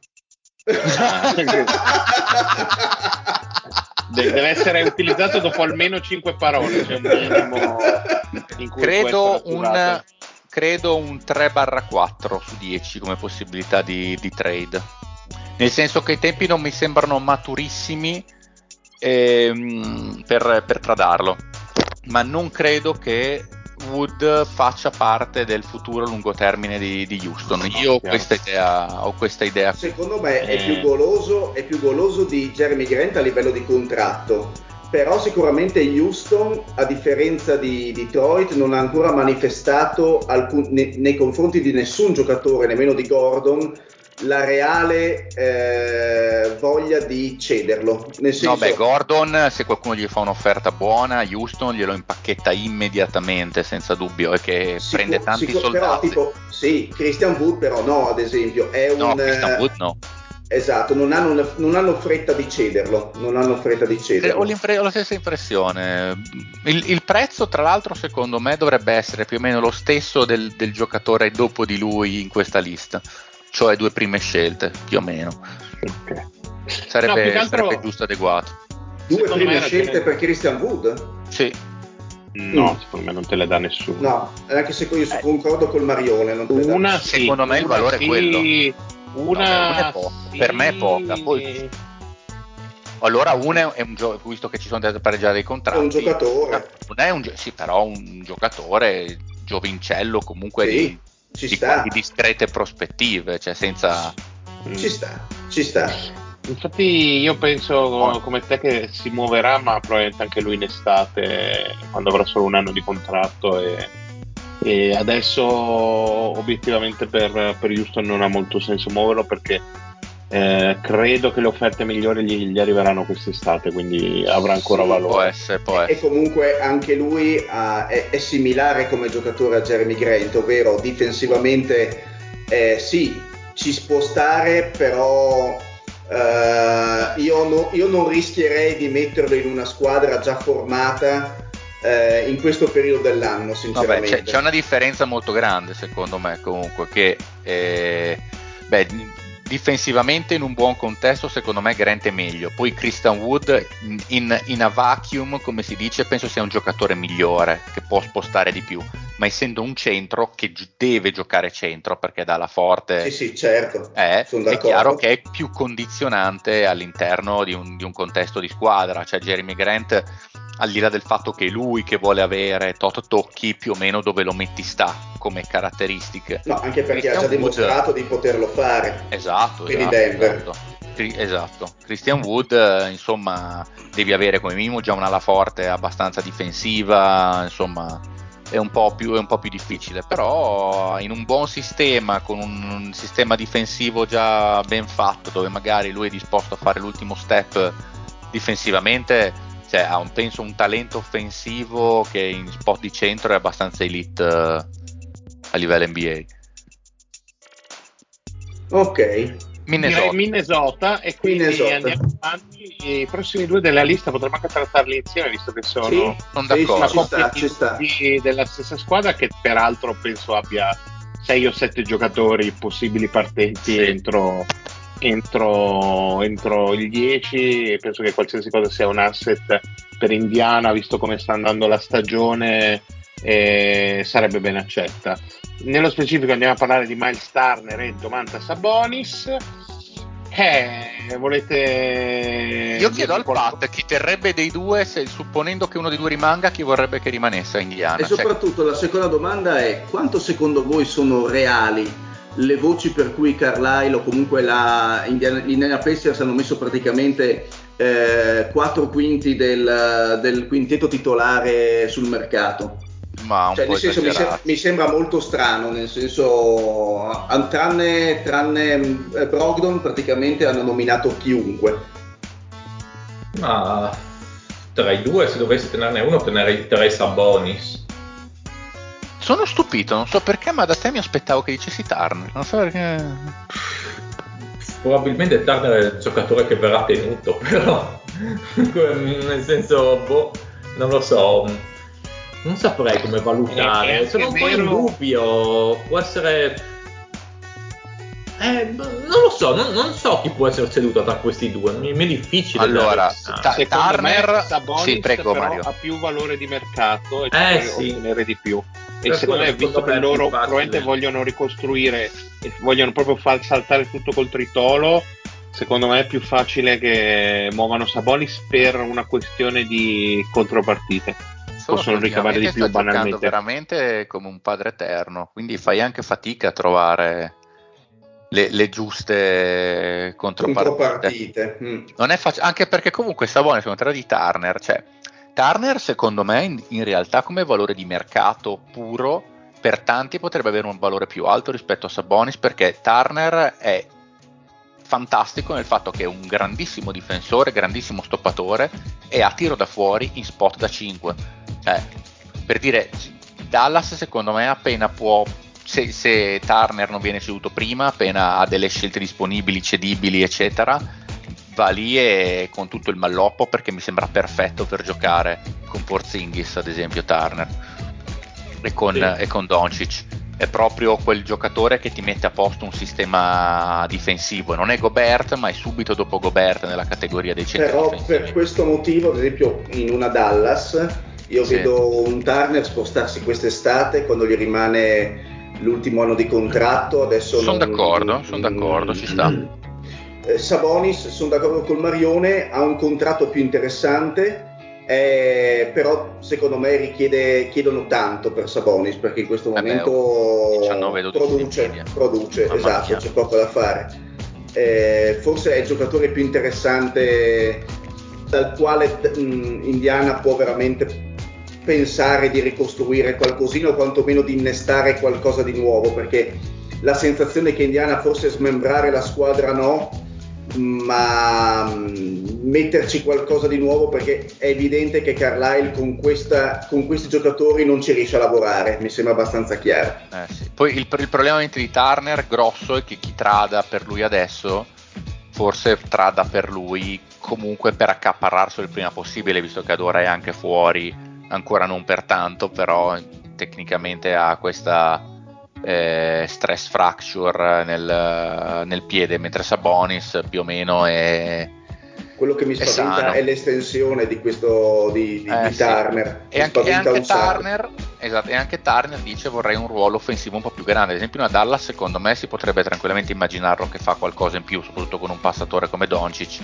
De- deve essere utilizzato dopo almeno cinque parole, c'è un minimo in cui può Credo essere un, usato. credo un tre barra quattro su dieci come possibilità di, di trade, nel senso che i tempi non mi sembrano maturissimi ehm, per, per tradarlo, ma non credo che Wood faccia parte del futuro a lungo termine di, di Houston. Io ho questa idea, ho questa idea qui. Secondo me è Eh. più goloso, è più goloso di Jeremy Grant a livello di contratto, però sicuramente Houston, a differenza di Detroit, non ha ancora manifestato alcun, ne, nei confronti di nessun giocatore, nemmeno di Gordon, la reale eh, voglia di cederlo. Nel senso, No, beh, Gordon, se qualcuno gli fa un'offerta buona, Houston glielo impacchetta immediatamente, senza dubbio, e che Sicur- prende tanti sicur- soldati. Però tipo, sì, Christian Wood però no, ad esempio, è No, un... Christian eh, Wood no. Esatto, non hanno, non hanno fretta di cederlo, non hanno fretta di Ho, cederlo. l'impre- ho la stessa impressione. Il, il prezzo, tra l'altro, secondo me dovrebbe essere più o meno lo stesso del, del giocatore dopo di lui in questa lista, cioè due prime scelte, più o meno. Okay. Sarebbe, No, più che altro, sarebbe giusto adeguato. Due secondo prime me scelte ragione- per Christian Wood? Sì. No, Mm. secondo me non te le dà nessuno. No, anche se io Eh. concordo col Marione. Non te ne dà Una nessuno. sì, Secondo me il una valore è sì, quello. Una, No, beh, una è poca. sì. Per me è poca. Poi, allora una è un gioco, visto che ci sono da pareggiare dei contratti. È un giocatore. Una, una è un gio- sì, però un giocatore giovincello comunque Sì, di, ci di, sta. di discrete prospettive, cioè senza... Ci sta, ci sta. Infatti io penso come te che si muoverà, ma probabilmente anche lui in estate, quando avrà solo un anno di contratto, e, e adesso obiettivamente per, per Houston non ha molto senso muoverlo, perché eh, credo che le offerte migliori gli, gli arriveranno quest'estate, quindi avrà ancora Sì, valore. Può essere, può E essere. comunque anche lui ha- è, è similare come giocatore a Jeremy Grant, ovvero difensivamente eh, sì, ci può stare, però eh, io, no- io non rischierei di metterlo in una squadra già formata eh, in questo periodo dell'anno, Vabbè, sinceramente. c'è, c'è una differenza molto grande secondo me comunque, che eh, beh, difensivamente in un buon contesto secondo me Grant è meglio, poi Christian Wood in, in a vacuum, come si dice, penso sia un giocatore migliore che può spostare di più, ma essendo un centro che gi- deve giocare centro perché dà la forte, Sì, sì, certo, è, sono è chiaro d'accordo. che è più condizionante all'interno di un, di un contesto di squadra, cioè Jeremy Grant, al di là del fatto che è lui che vuole avere tot tocchi, più o meno dove lo metti sta come caratteristiche. No, anche perché Christian ha già Wood, quimostrato di poterlo fare. esatto, Per i esatto, Denver. esatto. Cri- esatto. Christian Wood, eh, insomma, devi avere come minimo già un'ala forte abbastanza difensiva, insomma, è un po' più, è un po' più difficile, però in un buon sistema, con un sistema difensivo già ben fatto, dove magari lui è disposto a fare l'ultimo step difensivamente, cioè ha un, penso un talento offensivo che in spot di centro è abbastanza elite eh, a livello N B A. Ok. Minnesota. Direi Minnesota, e quindi Minnesota. andiamo avanti. I prossimi due della lista potremmo anche trattarli insieme, visto che sono Sì, Sono sì, sì, una d'accordo. ci coppia sta, di ci sta. rookie della stessa squadra, che peraltro penso abbia sei o sette giocatori possibili partenti Sì. entro, entro, entro il dieci, e penso che qualsiasi cosa sia un asset per Indiana, visto come sta andando la stagione. eh, sarebbe ben accetta. Nello specifico andiamo a parlare di Miles Turner e Domantas Sabonis. Eh, volete... Io chiedo al Pat chi terrebbe dei due, se, supponendo che uno dei due rimanga, chi vorrebbe che rimanesse a Indiana. E soprattutto cioè... la seconda domanda è: quanto secondo voi sono reali le voci per cui Carlisle o comunque la Indiana, l'Indiana Pacers hanno messo praticamente eh, quattro quinti del, del quintetto titolare sul mercato? Ma un cioè, po' nel senso, mi, se- mi sembra molto strano, nel senso, tranne, tranne eh, Brogdon praticamente hanno nominato chiunque. Ma tra i due, se dovessi tenerne uno, tenerei tre Sabonis. Sono stupito, non so perché, ma da te mi aspettavo che dicessi Turner, non so perché. Probabilmente Turner è il giocatore che verrà tenuto, però nel senso, boh, non lo so. Non saprei come valutare, è sono un po' vero... in dubbio, può essere... Eh, non lo so, non, non so chi può essere ceduto tra questi due, mi, mi è difficile. Allora, ta- secondo Turner, me Sabonis sì, prego, però Mario. ha più valore di mercato e Eh, ci può sì. ottenere di più. E Per secondo me, quello, visto secondo che me è più loro facile. probabilmente vogliono ricostruire e vogliono proprio far saltare tutto col tritolo, secondo me è più facile che muovano Sabonis per una questione di contropartite. Solo Possono che ricavare di più sta giocando banalmente. veramente come un padre eterno, quindi fai anche fatica a trovare le, le giuste contropartite. contropartite. Mm. Non è facile, anche perché comunque Sabonis è contrario di Turner, cioè Turner secondo me in, in realtà come valore di mercato puro per tanti potrebbe avere un valore più alto rispetto a Sabonis, perché Turner è fantastico nel fatto che è un grandissimo difensore, grandissimo stoppatore e ha tiro da fuori in spot da cinque. Cioè, per dire, Dallas secondo me appena può, se, se Turner non viene ceduto prima, appena ha delle scelte disponibili, cedibili eccetera, va lì e con tutto il malloppo, perché mi sembra perfetto per giocare con Porzingis ad esempio Turner e con, sì. e con Doncic. È proprio quel giocatore che ti mette a posto un sistema difensivo. Non è Gobert, ma è subito dopo Gobert nella categoria dei centri Però difensivi. Per questo motivo, ad esempio, in una Dallas, io sì. vedo un Turner spostarsi quest'estate quando gli rimane l'ultimo anno di contratto. Adesso sono non... d'accordo, sono d'accordo, ci sta. Eh, Sabonis, sono d'accordo col Marione, ha un contratto più interessante. Eh, però secondo me richiede chiedono tanto per Sabonis, perché in questo momento eh produce, produce Mamma esatto, mia. c'è poco da fare. Eh, forse è il giocatore più interessante dal quale mh, Indiana può veramente pensare di ricostruire qualcosina o quantomeno di innestare qualcosa di nuovo, perché la sensazione è che Indiana forse smembrare la squadra no, ma metterci qualcosa di nuovo, perché è evidente che Carlisle con, questa, con questi giocatori non ci riesce a lavorare, mi sembra abbastanza chiaro. Eh sì. Poi il, il problema di Turner grosso è che chi trada per lui adesso forse trada per lui comunque per accaparrarselo il prima possibile, visto che ad ora è anche fuori, ancora non per tanto, però tecnicamente ha questa eh, stress fracture nel, nel piede, mentre Sabonis più o meno è quello che mi spaventa è, è l'estensione di questo di, di, eh, di sì. Turner. E anche, e anche Turner, esatto, e anche Turner dice vorrei un ruolo offensivo un po' più grande. Ad esempio una Dallas secondo me si potrebbe tranquillamente immaginarlo che fa qualcosa in più, soprattutto con un passatore come Doncic.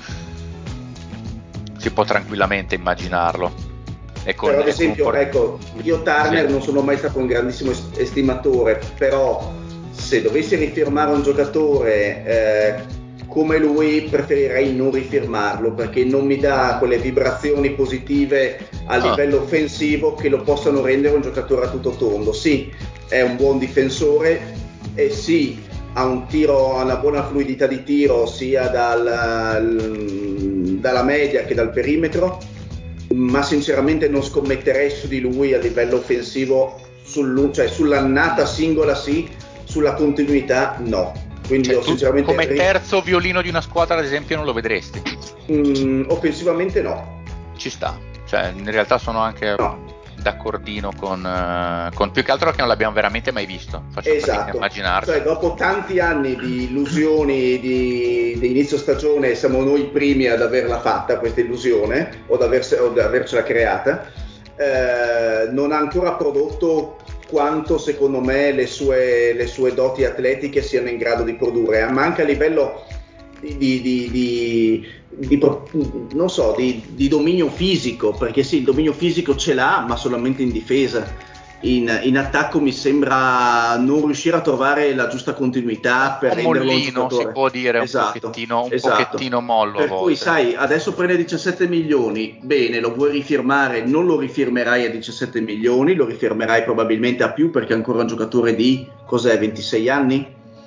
Si può tranquillamente immaginarlo. E con, però ad e esempio, con... ecco, io Turner sì. non sono mai stato un grandissimo estimatore, però se dovessi rifirmare un giocatore eh, come lui preferirei non rifirmarlo, perché non mi dà quelle vibrazioni positive a ah. livello offensivo che lo possano rendere un giocatore a tutto tondo. Sì, è un buon difensore e sì, ha un tiro, ha una buona fluidità di tiro sia dal, dalla media che dal perimetro, ma sinceramente non scommetterei su di lui a livello offensivo, sul, cioè sull'annata singola sì, sulla continuità no. Quindi cioè, io sinceramente come terzo violino di una squadra ad esempio non lo vedresti? Mm, offensivamente no. Ci sta, cioè in realtà sono anche no. d'accordino con, uh, con più che altro che non l'abbiamo veramente mai visto. Faccio esatto. fatica a immaginarci. Cioè dopo tanti anni di illusioni di, di inizio stagione siamo noi i primi ad averla fatta questa illusione o ad, averse, o ad avercela creata. eh, non ha ancora prodotto quanto secondo me le sue, le sue doti atletiche siano in grado di produrre, ma anche a livello di, di, di, di, di non so, di, di dominio fisico, perché sì, il dominio fisico ce l'ha, ma solamente in difesa. In, in attacco mi sembra non riuscire a trovare la giusta continuità per un renderlo un mollino, giocatore. si può dire, esatto, un pochettino, un esatto. pochettino mollo per a volte. cui sai, adesso prende diciassette milioni, bene, lo vuoi rifirmare, non lo rifirmerai a diciassette milioni, lo rifirmerai probabilmente a più, perché è ancora un giocatore di, cos'è, ventisei anni?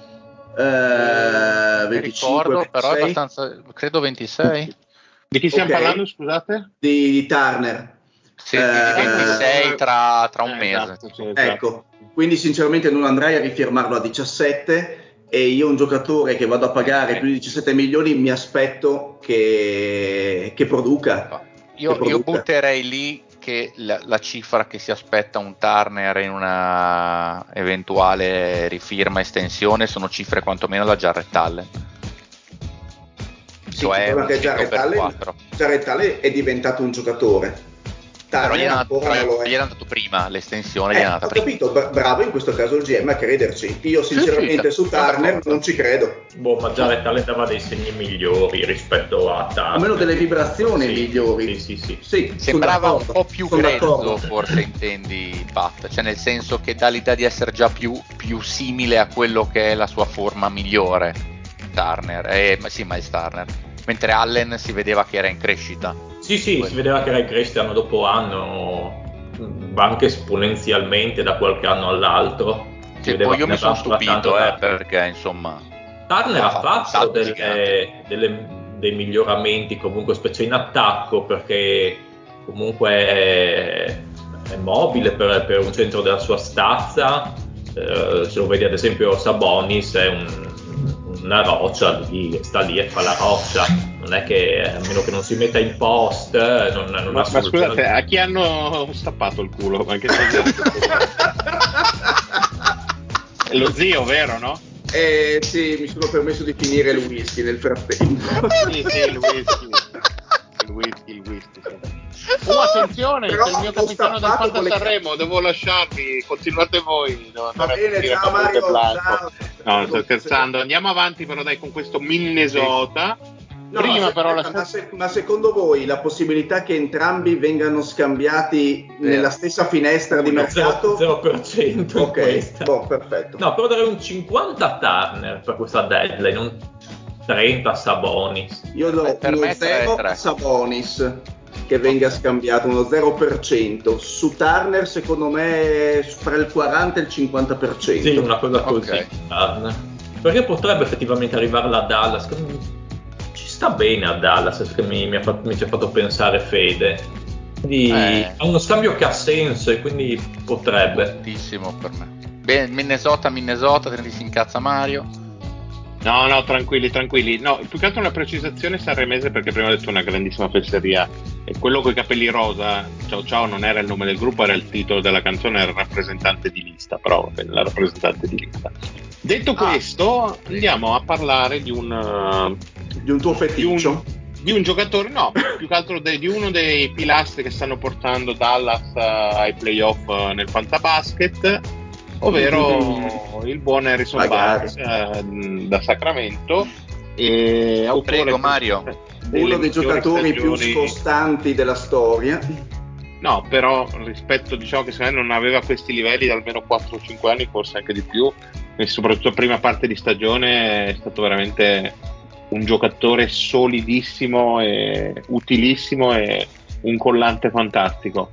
Eh, venticinque, ricordo, però è ventisei? abbastanza, credo ventisei. Di chi stiamo Ok. parlando, scusate? Di, di Turner. Sì, Eh, di ventisei tra, tra un eh, mese. esatto, sì, esatto. Ecco, quindi sinceramente non andrei a rifirmarlo a diciassette, e io un giocatore che vado a pagare più di diciassette milioni mi aspetto che, che produca. Io, che produca. io butterei lì che la, la cifra che si aspetta un Turner in una eventuale rifirma estensione sono cifre quantomeno da Jarrett Allen. Sì, Cioè un che cento per quattro. Jarrett Allen è diventato un giocatore. Però gli Turner era ancora non lo è. andato prima, l'estensione Eh, gli è andata ho prima. capito, bra- bravo in questo caso il G M a crederci. Io sinceramente Sì, sì, su sono Turner d'accordo. non ci credo. Boh, ma Jarrett Allen dava dei segni migliori rispetto a Turner. Almeno delle vibrazioni sì, migliori. Sì, sì, sì. sì Sembrava un po' più grezzo, d'accordo. forse intendi Pat, cioè nel senso che dà l'idea di essere già più, più simile a quello che è la sua forma migliore, Turner, eh, ma sì, Miles Turner, mentre Allen si vedeva che era in crescita. Sì, sì, Quello. si vedeva che era in crescita anno dopo anno, anche esponenzialmente da qualche anno all'altro. Si Sì, vedeva poi io che mi ne sono aveva ancora tanto stupito, eh, da- perché insomma Turner ha fatto un fatto salto delle- gigante. delle- dei miglioramenti comunque, specie in attacco, perché comunque è, è mobile per, per un centro della sua stazza. Eh, se lo vedi ad esempio Sabonis è un- una roccia, lì, sta lì e fa la roccia, non è che a meno che non si metta in post non, non Ma, ha ma soluzione. scusate, a chi hanno stappato il culo? Ma che è lo zio, vero, no? Eh sì, mi sono permesso di finire il whisky nel frattempo. Sì, sì, il whisky. Il whisky, il whisky. Sì. Oh, attenzione, Però c'è il mio l'ho capitano del stappato con Fanta le Sanremo, devo lasciarvi, continuate voi, devo Va andare a bene, sentire ciao Paolo De Mario, Blanco. ciao. No, sto scherzando, andiamo avanti però dai con questo Minnesota. No, Prima aspetta, però la ma, se- ma secondo voi la possibilità che entrambi vengano scambiati nella stessa finestra di mercato? zero per cento in Ok, questa. boh, perfetto. No, però darei un cinquanta a Turner per questa deadline, un trenta a Sabonis. Io do Per uno me tre zero tre. a Sabonis che venga scambiato, uno zero per cento. Su Turner secondo me tra il quaranta e il cinquanta per cento. Sì, una cosa così. Ok. Turner. Perché potrebbe effettivamente arrivare la Dallas. Che ci sta bene a Dallas, che mi, mi, ha fatto, mi ci ha fatto pensare Fede. Quindi Eh. ha uno scambio che ha senso e quindi potrebbe. Moltissimo per me. Bene, Minnesota, Minnesota, te ne si incazza Mario. No, no, tranquilli, tranquilli. No, più che altro una precisazione sanremese, perché prima ho detto una grandissima fesseria. E quello con i capelli rosa, ciao ciao, non era il nome del gruppo, era il titolo della canzone, era il rappresentante di lista, però va bene, la rappresentante di lista. Detto Ah, questo, sì. andiamo a parlare di un uh, Di un tuo di feticcio? un, di un giocatore, no, più che altro de, di uno dei pilastri che stanno portando Dallas uh, ai playoff uh, nel fantabasket, ovvero il buon Harrison Magari. Barnes uh, da Sacramento, e autore Prego, Mario. delle Uno dei migliori giocatori più stagioni. scostanti della storia. No, però rispetto, diciamo che secondo me non aveva questi livelli da almeno quattro o cinque anni, forse anche di più, e soprattutto prima parte di stagione è stato veramente un giocatore solidissimo e utilissimo e un collante fantastico.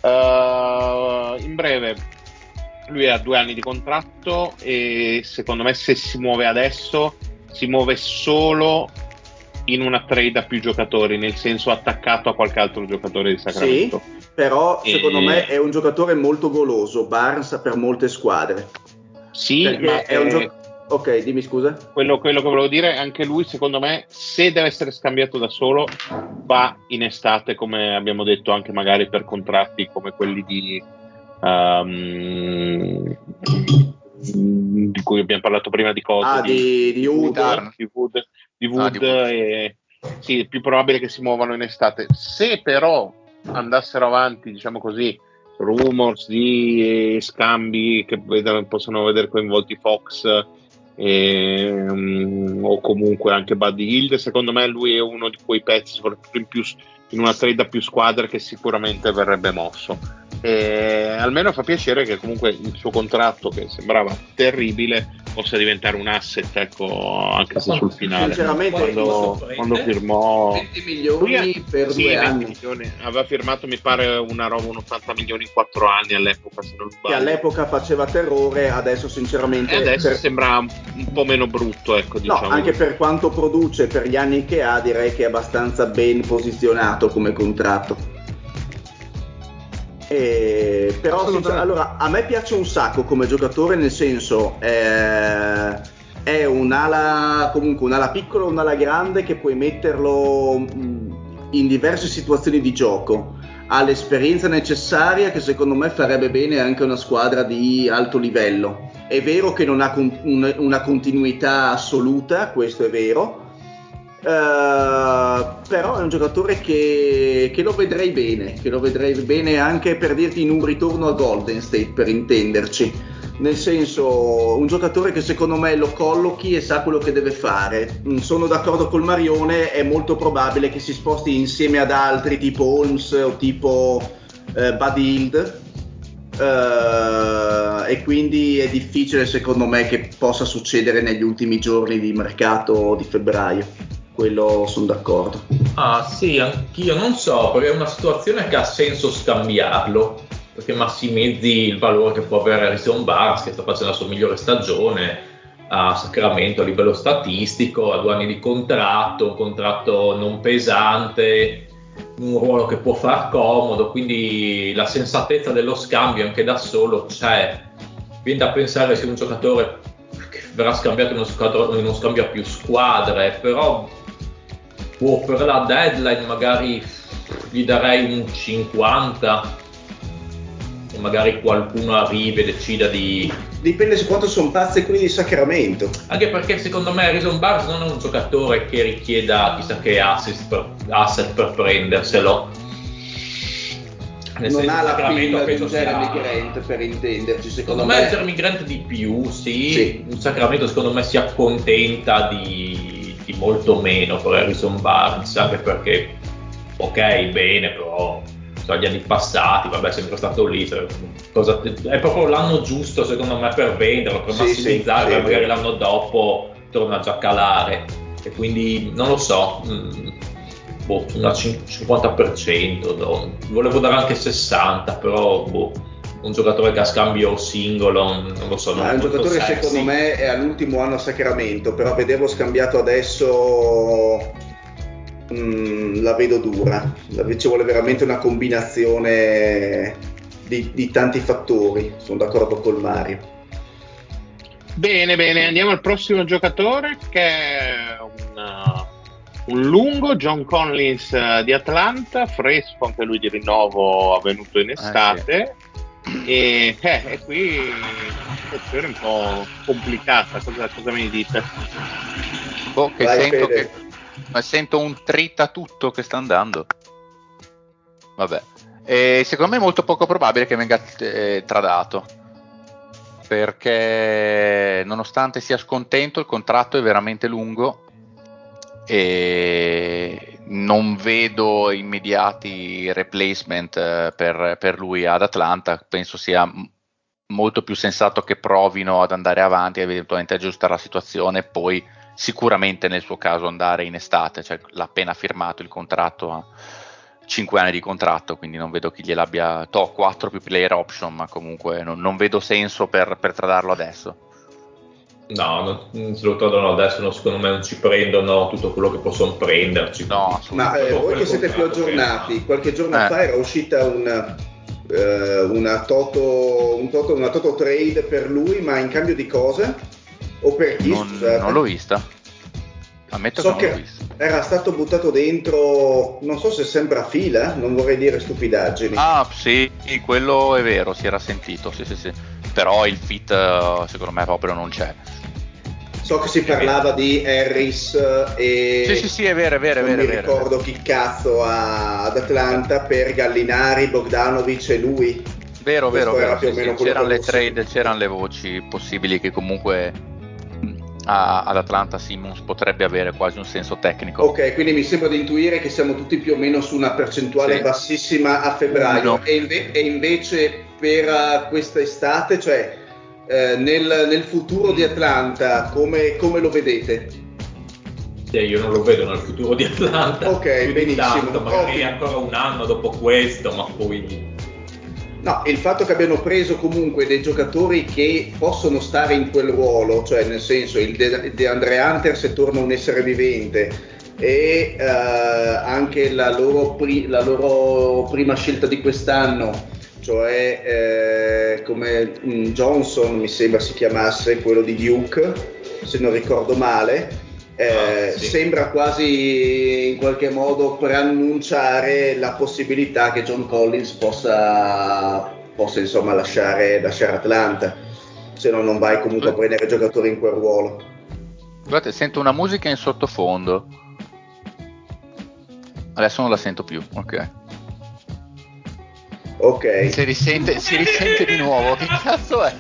Uh, in breve, lui ha due anni di contratto e secondo me se si muove adesso si muove solo in una trade a più giocatori, nel senso attaccato a qualche altro giocatore di Sacramento. Sì, però E... secondo me è un giocatore molto goloso, Barnes, per molte squadre. Sì, perché ma è un eh, gioco. Ok, dimmi scusa. Quello, quello che volevo dire, anche lui secondo me, se deve essere scambiato da solo, va in estate, come abbiamo detto, anche magari per contratti come quelli di um, di cui abbiamo parlato prima di cose, Ah, di, di Wood. Wood, di Wood, di Wood, Ah, di Wood. E, sì, è più probabile che si muovano in estate. Se però andassero avanti, diciamo così, rumors di scambi che possono vedere coinvolti Fox e, um, o comunque anche Buddy Hield, secondo me lui è uno di quei pezzi, soprattutto in, più, in una trade a più squadre, che sicuramente verrebbe mosso. E almeno fa piacere che comunque il suo contratto, che sembrava terribile, possa diventare un asset, ecco, anche se sul finale, quando, quando firmò venti milioni per sì, due venti anni milioni, aveva firmato mi pare una roba, un ottanta milioni in quattro anni all'epoca, se non sbaglio, che all'epoca faceva terrore, adesso sinceramente e adesso per... sembra un po' meno brutto, ecco, diciamo. No, anche per quanto produce, per gli anni che ha, direi che è abbastanza ben posizionato come contratto. E, però sincer- allora a me piace un sacco come giocatore, nel senso eh, è un'ala, comunque un'ala piccola o un'ala grande che puoi metterlo in diverse situazioni di gioco, ha l'esperienza necessaria che secondo me farebbe bene anche una squadra di alto livello. È vero che non ha con- un- una continuità assoluta, questo è vero. Uh, però è un giocatore che, che lo vedrei bene, che lo vedrei bene anche, per dirti, in un ritorno a Golden State, per intenderci, nel senso, un giocatore che secondo me lo collochi e sa quello che deve fare. Sono d'accordo col Marione, è molto probabile che si sposti insieme ad altri tipo Holmes o tipo uh, Buddy Hield, uh, e quindi è difficile secondo me che possa succedere negli ultimi giorni di mercato di febbraio. Quello sono d'accordo. Ah sì, anch'io non so, perché è una situazione che ha senso scambiarlo, perché massimizzi il valore che può avere Harrison Barnes, che sta facendo la sua migliore stagione a Sacramento a livello statistico, ha due anni di contratto, un contratto non pesante, un ruolo che può far comodo, quindi la sensatezza dello scambio anche da solo c'è. Viene da pensare sia un giocatore che verrà scambiato in uno, scambio, in uno scambio a più squadre, però boh, per la deadline magari gli darei un cinquanta e magari qualcuno arrivi e decida di... Dipende su quanto sono pazzi quelli di Sacramento. Anche perché secondo me Harrison Barnes non è un giocatore che richieda chissà che asset per, asset per prenderselo. Nel non ha la pilla di Jeremy Grant, per intenderci, secondo, secondo me. me Jeremy Grant di più, sì. sì. Il Sacramento secondo me si accontenta di, di molto meno per Harrison Barnes, anche perché ok, bene, però sono gli anni passati, vabbè, è sempre stato lì, cioè, cosa, è proprio l'anno giusto secondo me per venderlo, per sì, massimizzare, sì, sì, magari l'anno dopo torna già a calare, e quindi non lo so, mh, boh, una cinquanta per cento, no. Volevo dare anche sessanta, però boh, un giocatore che ha scambio singolo, non lo so. Non è un giocatore che secondo me è all'ultimo anno a Sacramento, però vederlo scambiato adesso mh, la vedo dura, ci vuole veramente una combinazione di, di tanti fattori, sono d'accordo col Mario. Bene, bene, andiamo al prossimo giocatore, che è un... un lungo, John Collins uh, di Atlanta, fresco anche lui di rinnovo, avvenuto in estate, ah, sì. e, eh, e qui situazione un po' complicata. Cosa, cosa mi dite? Boh, che Vai, sento che ma sento un trita tutto che sta andando. Vabbè, e secondo me è molto poco probabile che venga eh, tradato, perché nonostante sia scontento il contratto è veramente lungo e non vedo immediati replacement per, per lui ad Atlanta. Penso sia molto più sensato che provino ad andare avanti e eventualmente aggiustare la situazione, e poi sicuramente nel suo caso andare in estate, cioè l'ha appena firmato il contratto, a cinque anni di contratto, quindi non vedo chi gliel'abbia to quattro più player option, ma comunque non, non vedo senso per, per tradarlo adesso. No, non, se lo trovano adesso, no, secondo me non ci prendono tutto quello che possono prenderci. No, ma eh, voi che siete più aggiornati, che... qualche giorno eh. fa era uscita una, eh, una, toto, un toto, una toto trade per lui, ma in cambio di cosa? O per chi? Non, non l'ho vista. Ammetto so che non che l'ho vista. Era stato buttato dentro, non so se sembra fila, non vorrei dire stupidaggini. Ah sì, quello è vero, si era sentito, sì sì sì. Però il fit secondo me proprio non c'è. So che si parlava di Harris e sì sì sì è vero è vero non è vero, mi è vero, ricordo è vero. chi cazzo a, ad Atlanta per Gallinari, Bogdanovic e lui. Vero, Questo vero, era vero, più sì, o meno sì. quello C'erano che le avevo trade, sentito. c'erano le voci possibili che comunque a, ad Atlanta Simmons potrebbe avere quasi un senso tecnico. Ok, quindi mi sembra di intuire che siamo tutti più o meno su una percentuale Sì. bassissima a febbraio e, inve- e invece per uh, quest'estate, cioè eh, nel, nel futuro di Atlanta, come, come lo vedete? Sì, io non lo vedo nel futuro di Atlanta. Ok, più benissimo. Di tanto, magari Ottimo. ancora un anno dopo questo, ma poi... No, il fatto che abbiano preso comunque dei giocatori che possono stare in quel ruolo, cioè nel senso il De, De Andre Hunter se torna un essere vivente e eh, anche la loro, pri, la loro prima scelta di quest'anno, cioè eh, come mh, Johnson mi sembra si chiamasse, quello di Duke, se non ricordo male. Eh, Ah, sì. Sembra quasi in qualche modo preannunciare la possibilità che John Collins possa, possa insomma lasciare, lasciare Atlanta, se no non vai comunque a prendere giocatori in quel ruolo. Guardate, sento una musica in sottofondo. Adesso non la sento più, ok. Ok. Si risente, si risente di nuovo, che cazzo è?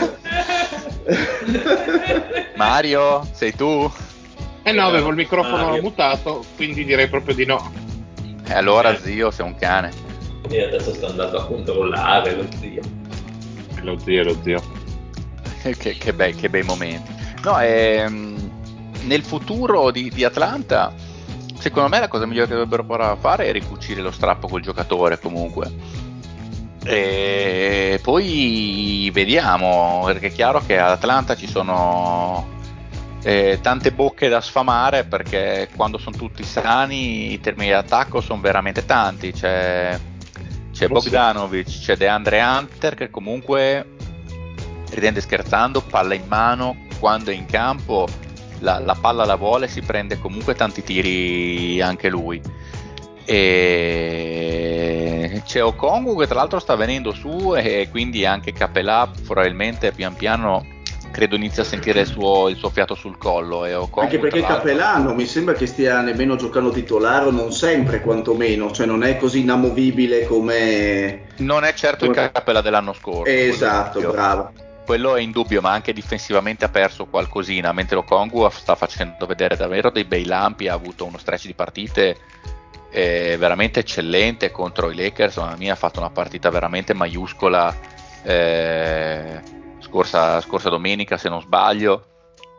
Mario, sei tu? Eh no, avevo il microfono Mario. mutato, quindi direi proprio di no. E allora Eh. zio, sei un cane. E adesso sto andando a controllare lo zio. Lo zio, lo zio. che, che, bei, che bei momenti. No, ehm, nel futuro di, di Atlanta, secondo me la cosa migliore che dovrebbero provare a fare è ricucire lo strappo col giocatore comunque. E poi vediamo, perché è chiaro che ad Atlanta ci sono eh, tante bocche da sfamare, perché quando sono tutti sani i termini di attacco sono veramente tanti. C'è, c'è Bogdanovic, c'è DeAndre Hunter che comunque, ridendo e scherzando, palla in mano, quando è in campo la, la palla la vuole, si prende comunque tanti tiri anche lui. E c'è Okongwu che tra l'altro sta venendo su, e quindi anche Capelà probabilmente pian piano credo inizia a sentire il suo, il suo fiato sul collo. E Okongwu, Anche perché tra l'altro, Capelano mi sembra che stia nemmeno giocando titolare, non sempre quantomeno, cioè non è così inamovibile come... non è certo come... il Capelà dell'anno scorso. Esatto, bravo. Quello è indubbio, ma anche difensivamente ha perso qualcosina, mentre Okongwu sta facendo vedere davvero dei bei lampi, ha avuto uno stretch di partite eh, veramente eccellente contro i Lakers. Mamma mia, ha fatto una partita veramente maiuscola eh, scorsa, scorsa domenica, se non sbaglio,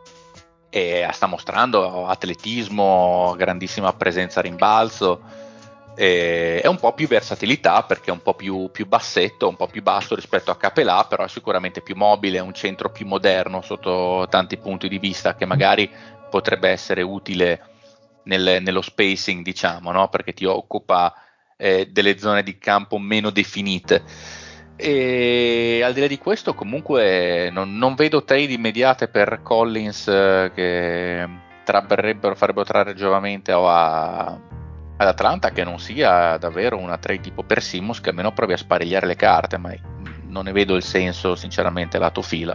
e sta mostrando atletismo, grandissima presenza a rimbalzo. E è un po' più versatilità, perché è un po' più, più bassetto, un po' più basso rispetto a Capelà, però è sicuramente più mobile, è un centro più moderno sotto tanti punti di vista, che magari potrebbe essere utile nel, nello spacing, diciamo, no? Perché ti occupa eh, delle zone di campo meno definite. E al di là di questo comunque non, non vedo trade immediate per Collins eh, che trarrebbero, farebbero trarre giovamente o a, ad Atlanta, che non sia davvero una trade tipo per Simmons, che almeno provi a sparigliare le carte, ma non ne vedo il senso sinceramente lato fila.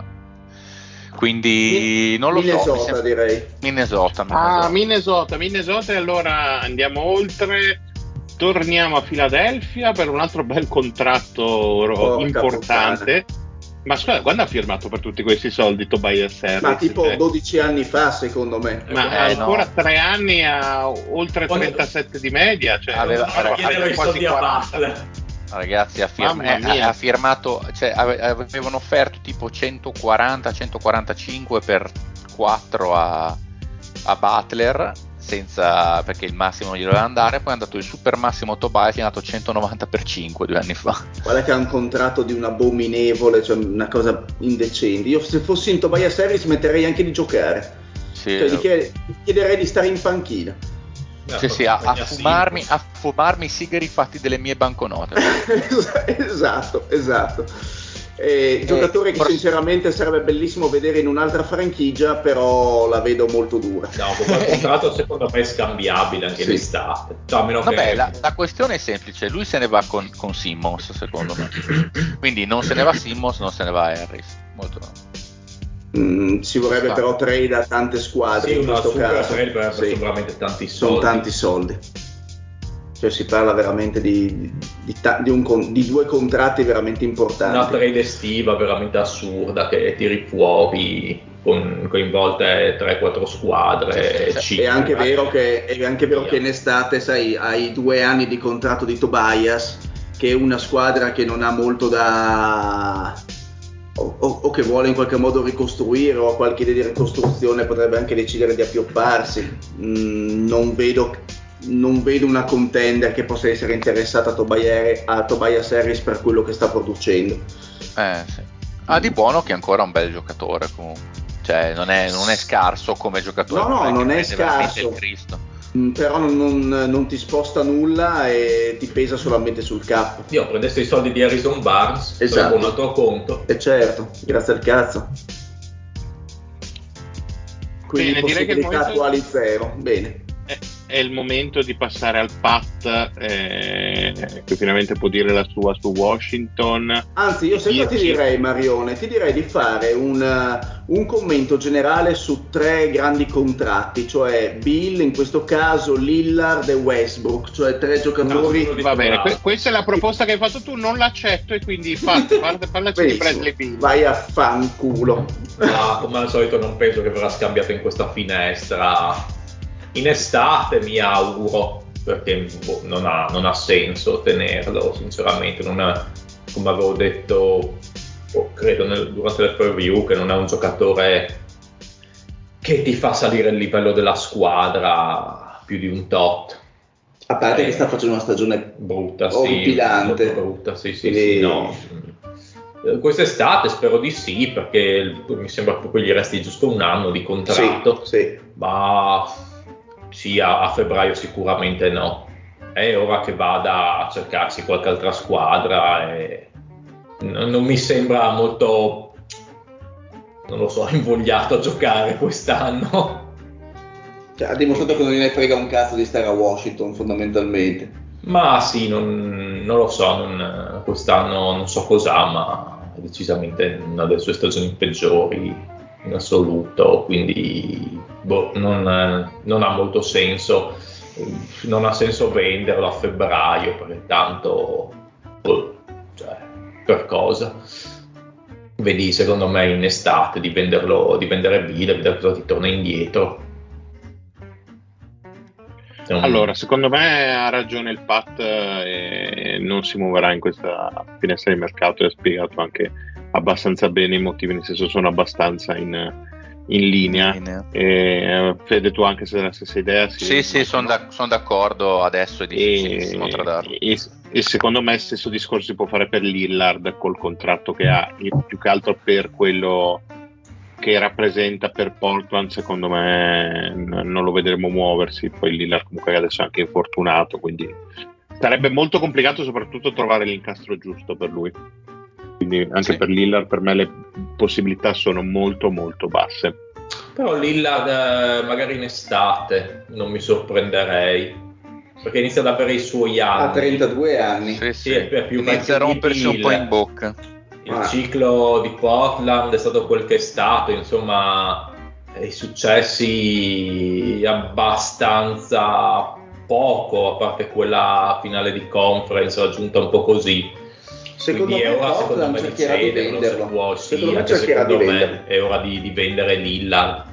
Quindi non lo Minnesota, so, sem- direi. Minnesota, Minnesota. Ah, Minnesota, Minnesota, e allora andiamo oltre. Torniamo a Filadelfia per un altro bel contratto Porca importante. puttana. Ma scusa, quando ha firmato per tutti questi soldi Tobias Harris? Ma tipo Cioè, dodici anni fa, secondo me. ma Eh, ancora no. tre anni a oltre Quando- trentasette di media, cioè Aveva- aveva chiedere i quasi soldi a quaranta. Butler. Ragazzi, ha, firma- Mamma eh, mia. ha firmato, cioè ave- avevano offerto tipo centoquaranta centoquarantacinque per quattro a, a Butler, senza, perché il massimo non gli doveva andare. Poi è andato il super massimo Tobias, è andato centonovanta per cinque due anni fa. Guarda che ha un contratto di un abominevole, cioè una cosa indecente. Io se fossi in Tobias Harris smetterei anche di giocare. Sì, Cioè, gli chied- chiederei di stare in panchina. sì, sì, a, a fumarmi, a fumarmi i sigari fatti delle mie banconote. Esatto, esatto. Eh, Eh, giocatore che for- sinceramente sarebbe bellissimo vedere in un'altra franchigia, però la vedo molto dura. No, quel contratto secondo me è scambiabile anche Sì. in estate. Cioè, a meno Vabbè, che... la, la questione è semplice, lui se ne va con, con Simmons, secondo me. Quindi non se ne va Simmons, non se ne va Harris. Molto. Mm, ci vorrebbe Sta. però trade da tante squadre Sì, in una questo super caso. trade per Sì. sono veramente tanti Sono soldi. tanti soldi. Cioè si parla veramente di, di, di, ta- di, un con- di due contratti veramente importanti. Una trade estiva veramente assurda che tiri fuori con coinvolte tre quattro squadre. Sì, sì. È anche cinque, vero che, è anche vero via. che in estate, sai, hai due anni di contratto di Tobias, che è una squadra che non ha molto da... O, o, o che vuole in qualche modo ricostruire o ha qualche idea di ricostruzione, potrebbe anche decidere di appiopparsi. Mm, non vedo non vedo una contender che possa essere interessata a Tobias, a Tobias Harris per quello che sta producendo. Eh, sì. Ha di buono che è ancora un bel giocatore comunque, cioè non è, non è scarso come giocatore. No, no, non è prende veramente scarso. il Cristo. Mm, però non, non, non ti sposta nulla e ti pesa solamente sul cap. Io prendessi i soldi di Harrison Barnes, Esatto. sarebbe un altro conto. E certo, grazie al cazzo. Quindi Bene, direi che il possibilità momento- attuali zero. Bene. È, è il momento di passare al Pat, eh, che finalmente può dire la sua su Washington. Anzi, io E sempre ti dirci- direi, Marione, ti direi di fare un, uh, un commento generale su tre grandi contratti, cioè Bill, in questo caso Lillard e Westbrook, cioè tre giocatori. No, Va bene, que- questa è la proposta che hai fatto tu, non l'accetto e quindi Pat, parla- parlaci di Benissimo, Bradley Bill. vai a fanculo. Ma come al solito non penso che verrà scambiato in questa finestra. In estate mi auguro, perché boh, non, ha, non ha senso tenerlo, sinceramente. Non è, come avevo detto, oh, credo nel, durante le preview, che non è un giocatore che ti fa salire il livello della squadra più di un tot. A parte Eh, che sta facendo una stagione brutta, orripilante. sì, molto brutta, sì, sì, Quindi- sì, no. Eh, Quest'estate spero di sì, perché mi sembra che gli resti giusto un anno di contratto, Sì, sì. ma sì, a, a febbraio sicuramente no. È ora che vada a cercarsi qualche altra squadra e n- non mi sembra molto, non lo so, invogliato a giocare quest'anno. Cioè, ha dimostrato che non gliene frega un cazzo di stare a Washington, fondamentalmente. Ma sì, non, non lo so, non- quest'anno non so cos'ha, ma è decisamente una delle sue stagioni peggiori in assoluto, quindi boh, non, non ha molto senso, non ha senso venderlo a febbraio, perché tanto, boh, cioè, per cosa? Vedi, secondo me in estate di venderlo, di vendere Bill e vedere cosa ti torna indietro. Se non- Allora, secondo me ha ragione il Pat e non si muoverà in questa finestra di mercato e ha spiegato anche abbastanza bene i motivi, nel senso sono abbastanza in, in linea. In linea. E, Fede, tu anche se hai la stessa idea? Sì, sì, sono immagino. son d'accordo, adesso è difficilissimo E, tradarlo. e, e secondo me il stesso discorso si può fare per Lillard col contratto che ha, e più che altro per quello che rappresenta per Portland. Secondo me n- non lo vedremo muoversi. Poi Lillard comunque adesso è anche infortunato, quindi sarebbe molto complicato soprattutto trovare l'incastro giusto per lui. Quindi anche Sì. per Lillard per me le possibilità sono molto molto basse. Però Lillard eh, magari in estate non mi sorprenderei, perché inizia ad avere i suoi anni. Ha trentadue anni. Sì, Sì, sì. è più Inizia a vecchio di rompersi un po' Bill. in bocca. Il Ah. ciclo di Portland è stato quel che è stato, insomma, i successi abbastanza poco, a parte quella finale di conference raggiunta un po' così. Secondo Quindi me è ora, secondo Portland me, di cercherà di cederlo, se venderlo. può, Secondo sì, me anche cercherà secondo di me venderlo. è ora di, di vendere Lillard,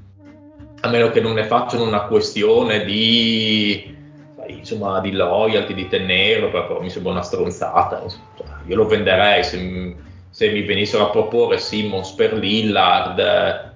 a meno che non ne facciano una questione di, sai, insomma, di loyalty, di tenerlo, però mi sembra una stronzata. Insomma. Cioè, io lo venderei se, se mi venissero a proporre Simmons per Lillard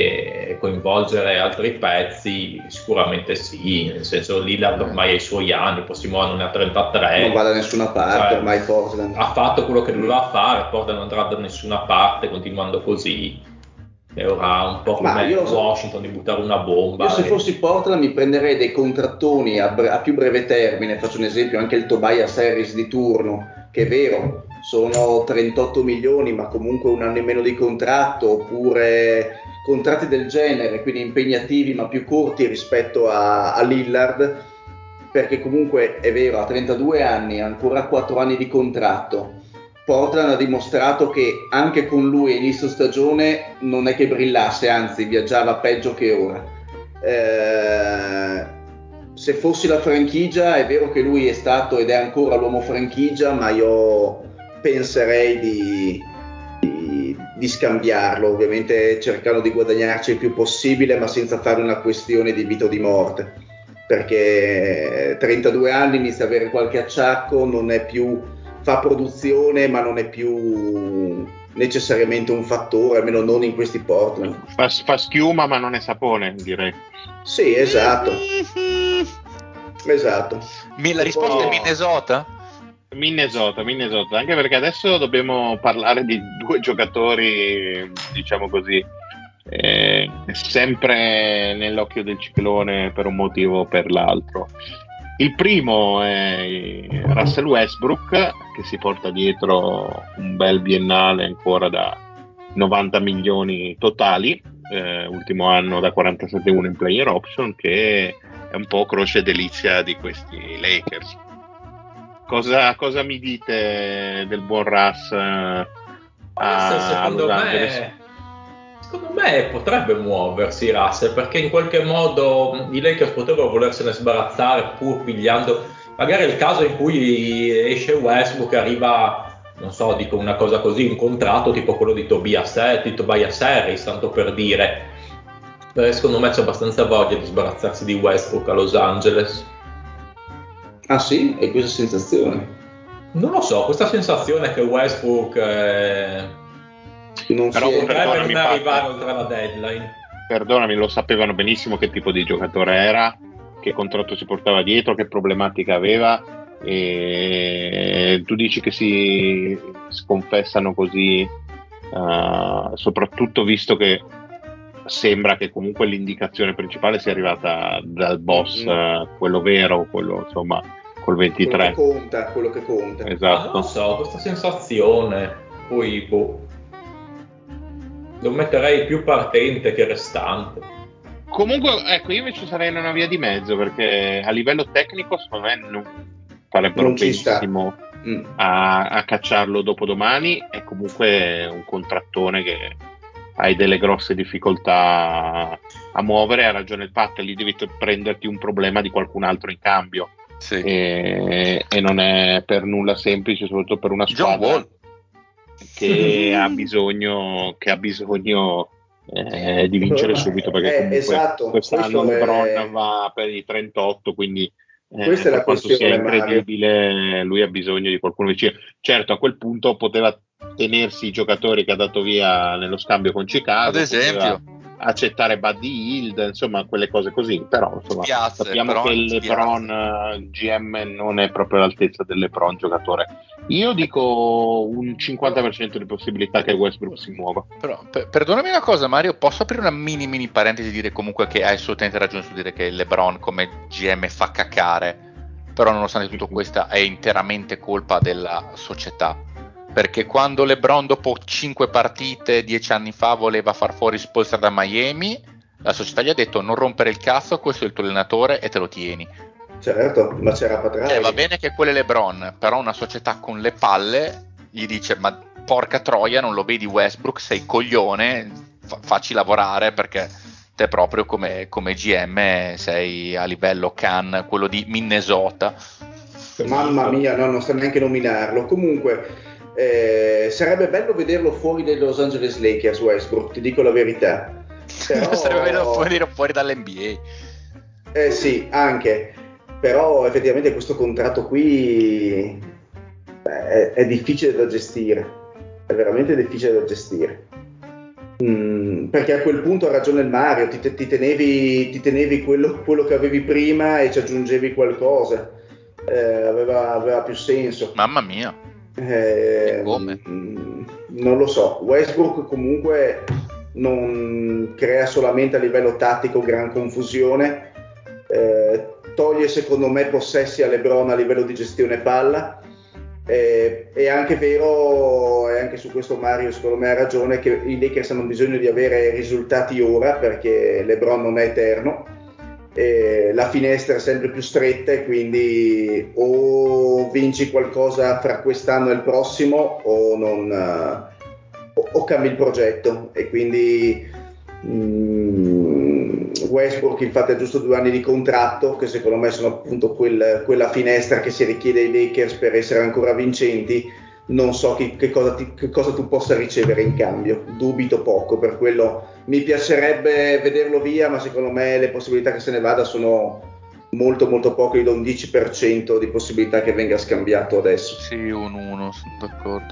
e coinvolgere altri pezzi, sicuramente sì, nel senso Lillard ormai ha i suoi anni, il prossimo anno ne ha trentatré. Non va da nessuna parte Cioè, ormai Portland. ha fatto quello che doveva fare, Portland non andrà da nessuna parte continuando così. È ora un po' Ma come io- Washington di buttare una bomba. Io se e- fossi Portland mi prenderei dei contrattoni a, bre- a più breve termine, faccio un esempio, anche il Tobias Harris di turno, che è vero, sono trentotto milioni ma comunque un anno in meno di contratto, oppure contratti del genere, quindi impegnativi ma più corti rispetto a, a Lillard, perché comunque è vero, ha trentadue anni, ha ancora quattro anni di contratto, Portland ha dimostrato che anche con lui all'inizio stagione non è che brillasse, anzi viaggiava peggio che ora. Eh, se fossi la franchigia, è vero che lui è stato ed è ancora l'uomo franchigia, ma io penserei di, di, di scambiarlo, ovviamente cercando di guadagnarci il più possibile, ma senza fare una questione di vita o di morte, perché trentadue anni inizia ad avere qualche acciacco, non è più, fa produzione ma non è più necessariamente un fattore, almeno non in questi Portland. Fa, fa schiuma ma non è sapone, direi. Sì, esatto. Esatto. La risposta è Minnesota? Minnesota, Minnesota, anche perché adesso dobbiamo parlare di due giocatori, diciamo così, eh, sempre nell'occhio del ciclone per un motivo o per l'altro. Il primo è Russell Westbrook, che si porta dietro un bel biennale ancora da novanta milioni totali, eh, ultimo anno da quarantasette uno in player option, che è un po' croce delizia di questi Lakers. Cosa, cosa mi dite del buon Russ eh, a secondo Los me, Angeles? Secondo me potrebbe muoversi Russell, perché in qualche modo i Lakers potrebbero volersene sbarazzare pur pigliando magari il caso in cui esce Westbrook e arriva, non so, dico una cosa così, un contratto tipo quello di Tobias, di Tobias Harris, tanto per dire. Eh, secondo me c'è abbastanza voglia di sbarazzarsi di Westbrook a Los Angeles. Ah sì? Hai questa sensazione? Non lo so, questa sensazione che Westbrook eh, Non Però si è... potrebbe non Pat, arrivare oltre la deadline. Perdonami, lo sapevano benissimo che tipo di giocatore era, che contratto si portava dietro, che problematica aveva, e tu dici che si sconfessano così, uh, soprattutto visto che sembra che comunque l'indicazione principale sia arrivata dal boss, mm-hmm. uh, quello vero, quello insomma col ventitré. Quello che conta, quello che conta. Esatto. Ah, non lo so, questa sensazione, poi boh, lo metterei più partente che restante. Comunque, ecco, io invece sarei in una via di mezzo, perché a livello tecnico secondo me non farebbero non benissimo mm. a, a cacciarlo dopodomani. È comunque un contrattone che hai delle grosse difficoltà a muovere. Ha ragione il Pat, lì devi t- prenderti un problema di qualcun altro in cambio, sì. e, e non è per nulla semplice, soprattutto per una squadra che ha bisogno che ha bisogno eh, di vincere subito, perché eh, comunque esatto, quest'anno LeBron è... va per i trentotto, quindi eh, questa è per la quanto sia questione, incredibile, Mario. lui ha bisogno di qualcuno vicino. Certo, a quel punto poteva tenersi i giocatori che ha dato via nello scambio con Chicago, ad esempio accettare Buddy Hield, insomma quelle cose così, però insomma spiazze, sappiamo però che il LeBron uh, G M non è proprio all'altezza del LeBron giocatore. Io dico un cinquanta per cento di possibilità che Westbrook si muova. Però, per, perdonami una cosa Mario, posso aprire una mini mini parentesi e dire comunque che hai assolutamente ragione su dire che il LeBron come G M fa cacare, però nonostante tutto questa è interamente colpa della società, perché quando LeBron dopo cinque partite dieci anni fa voleva far fuori Spoelstra da Miami, la società gli ha detto non rompere il cazzo, questo è il tuo allenatore e te lo tieni. Certo, ma c'era Patrai. Eh, va bene che quello è LeBron, però una società con le palle gli dice ma porca troia, non lo vedi Westbrook, sei coglione, fa- facci lavorare, perché te proprio come, come G M sei a livello Khan, quello di Minnesota. Mamma mia, no, non sta neanche nominarlo. Comunque eh, sarebbe bello vederlo fuori dai Los Angeles Lakers Westbrook, ti dico la verità. Però... sarebbe bello fuori, fuori dall'N B A. Eh sì, anche, però effettivamente questo contratto qui è, è difficile da gestire, è veramente difficile da gestire. Mm, perché a quel punto ha ragione il Mario, ti, ti tenevi, ti tenevi quello, quello che avevi prima e ci aggiungevi qualcosa, eh, aveva, aveva più senso. Mamma mia. Eh, E come? mm, non lo so, Westbrook comunque non crea solamente a livello tattico gran confusione, eh, toglie secondo me possessi a LeBron a livello di gestione palla. Eh, è anche vero, e anche su questo Mario secondo me ha ragione, che i Lakers hanno bisogno di avere risultati ora perché LeBron non è eterno, eh, la finestra è sempre più stretta e quindi o vinci qualcosa fra quest'anno e il prossimo o non uh, o, o cambi il progetto, e quindi mm, Westbrook infatti ha giusto due anni di contratto, che secondo me sono appunto quel, quella finestra che si richiede ai Lakers per essere ancora vincenti. Non so che, che, cosa ti, che cosa tu possa ricevere in cambio, dubito poco, per quello mi piacerebbe vederlo via, ma secondo me le possibilità che se ne vada sono molto molto poche. Io do un dieci per cento di possibilità che venga scambiato adesso. Sì, un uno, sono d'accordo.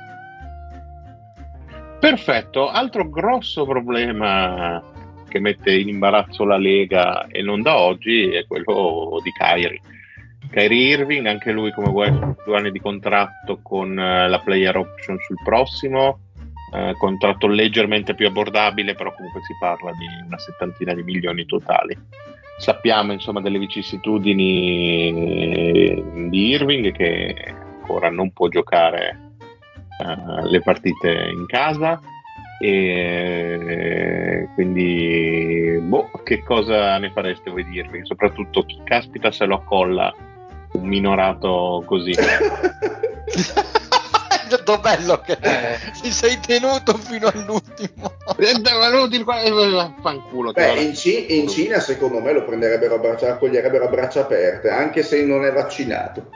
Perfetto, altro grosso problema che mette in imbarazzo la Lega, e non da oggi, è quello di Kyrie. Kyrie Irving, anche lui come Westbrook, due anni di contratto con uh, la player option sul prossimo, uh, contratto leggermente più abbordabile, però comunque si parla di una settantina di milioni totali. Sappiamo insomma delle vicissitudini di Irving, che ancora non può giocare uh, le partite in casa, e quindi boh, che cosa ne fareste voi di Irving? Soprattutto chi caspita se lo accolla un minorato così. Bello che ti sei tenuto fino all'ultimo. Fanculo. Beh, in, C- in Cina secondo me lo prenderebbero a braccia, accoglierebbero a braccia aperte, anche se non è vaccinato.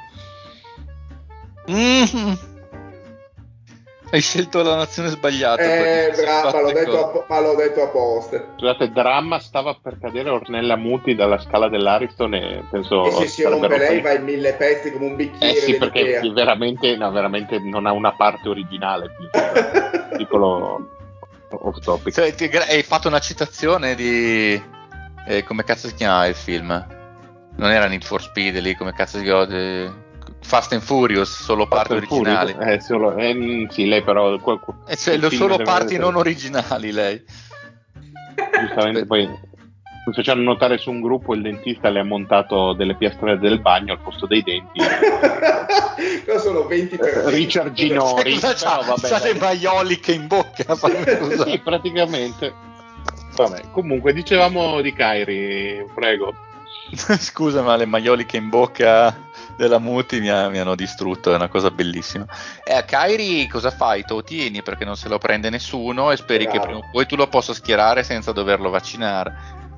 Mm. Hai scelto la nazione sbagliata. Eh, bravo, ma l'ho detto, a, ma l'ho detto apposta. Scusate, Dramma stava per cadere Ornella Muti dalla scala dell'Ariston e penso... E se si rompe lei va in mille pezzi come un bicchiere. Eh sì, dell'Ikea. perché veramente, no, veramente non ha una parte originale. Piccolo off topic. Cioè, ti, hai fatto una citazione di... Eh, come cazzo si chiama il film? Non era Need for Speed lì, come cazzo si chiama? Di... Fast and Furious, solo Fast parti originali. Eh, solo, eh, sì, lei però... Quel, eh, cioè, lo solo parti non originali, lei. Giustamente, poi mi facevano notare su un gruppo il dentista le ha montato delle piastre del bagno al posto dei denti. Cosa sono venti per cento? Richard Ginori. Cosa c'ha? Però, vabbè, c'ha le maioliche in bocca. Sì, praticamente. Vabbè, comunque dicevamo di Kyrie, prego. Scusa, ma le maioliche in bocca della Muti mi, ha, mi hanno distrutto, è una cosa bellissima. E a Kyrie cosa fai? Te lo tieni perché non se lo prende nessuno e speri Bravo. Che prima o poi tu lo possa schierare senza doverlo vaccinare.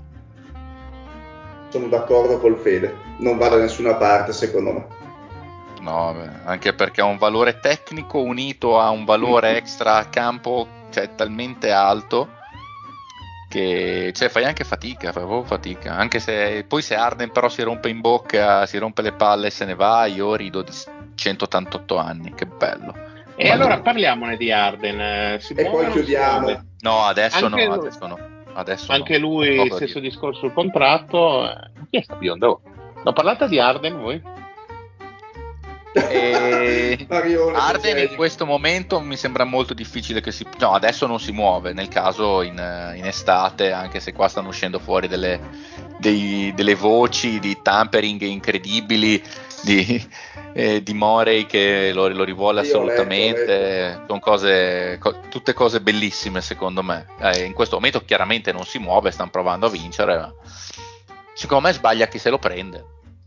Sono d'accordo col Fede, non va da nessuna parte secondo me. No, beh, anche perché ha un valore tecnico unito a un valore extra a campo, cioè talmente alto che cioè fai anche fatica, fai proprio fatica, anche se poi se Harden però si rompe in bocca, si rompe le palle e se ne va, io rido di centottantotto anni, che bello. E allora parliamone di Harden, si e poi chiudiamo. No, adesso anche no, lui, adesso no. Adesso anche no. lui stesso dire. Discorso sul contratto. Chi è sta bionda? Oh. No, parlate di Harden voi? E Harden in questo momento mi sembra molto difficile che si no adesso non si muove, nel caso in, in estate, anche se qua stanno uscendo fuori delle, dei, delle voci di tampering incredibili di, eh, di Morey che lo, lo rivuole assolutamente. Letto, letto. Sono cose co, tutte cose bellissime secondo me. Eh, in questo momento chiaramente non si muove, stanno provando a vincere, ma secondo me sbaglia chi se lo prende,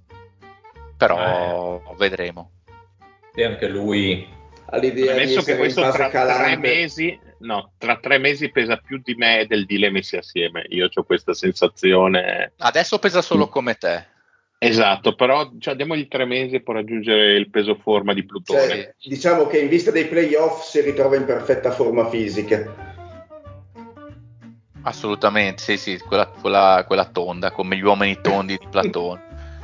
però eh. vedremo. E anche lui all'idea di essere che questo in fase tra calante. tre mesi no, tra tre mesi pesa più di me e del Dile messi assieme. Io ho questa sensazione. Adesso pesa solo come te. Esatto, però cioè, diamogli tre mesi e può raggiungere il peso forma di Plutone. Cioè, diciamo che in vista dei playoff si ritrova in perfetta forma fisica. Assolutamente, sì, sì, quella, quella, quella tonda, come gli uomini tondi di Platone.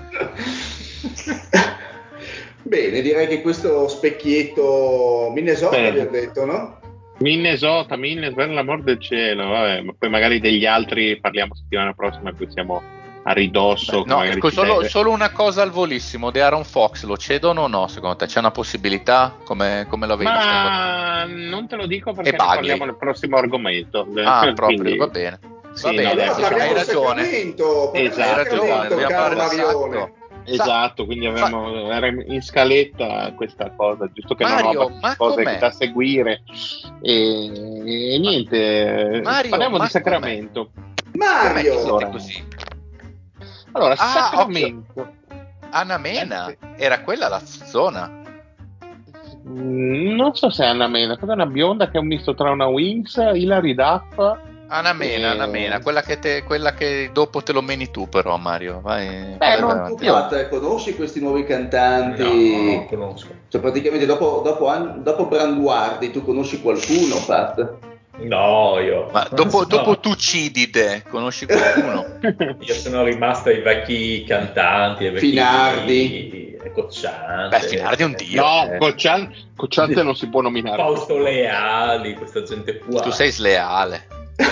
Bene, direi che questo specchietto Minnesota Bene. vi ho detto, no? Minnesota, Minnesota, per l'amor del cielo, vabbè, ma poi magari degli altri parliamo settimana prossima, qui siamo a ridosso. Beh, no, ecco, solo, solo una cosa al volissimo, di Aaron Fox, lo cedono o no? Secondo te c'è una possibilità? Come, come lo vedi? Ma non te lo dico perché ne Bagley. parliamo nel prossimo argomento. Ah, proprio, Quindi... va bene. Sì, va bene, no, dai, diciamo, hai ragione. Esatto, hai ragione, dobbiamo caro fare Marione. Esatto, quindi avevamo, era in scaletta questa cosa, giusto che Mario, non ho abbastanza cose com'è? da seguire e, e niente, Mario, parliamo ma di Sacramento. Mario, com'è allora, così? Allora, Ah, Sacramento. Anna Mena, Eh, sì. era quella la zona. Mm, non so se è Anna Mena, quella è una bionda che è un misto tra una Wings, Hilary Duff. Anna Mena, e- Anna Mena, quella che, te, quella che dopo te lo meni tu però, Mario. Vai, Beh, vai non- avanti. Tu, Pat, conosci questi nuovi cantanti? No, non conosco. Cioè, praticamente dopo, dopo, an- dopo Branduardi, tu conosci qualcuno, Pat? No, io. Ma dopo, no. dopo Tucidide, conosci qualcuno? Io sono rimasto ai vecchi cantanti, ai vecchi Finardi. Cocciante. Beh, Finardi è un dio. No, eh. Coccian- Cocciante non si può nominare. Fausto Leali, questa gente qua. Tu sei sleale.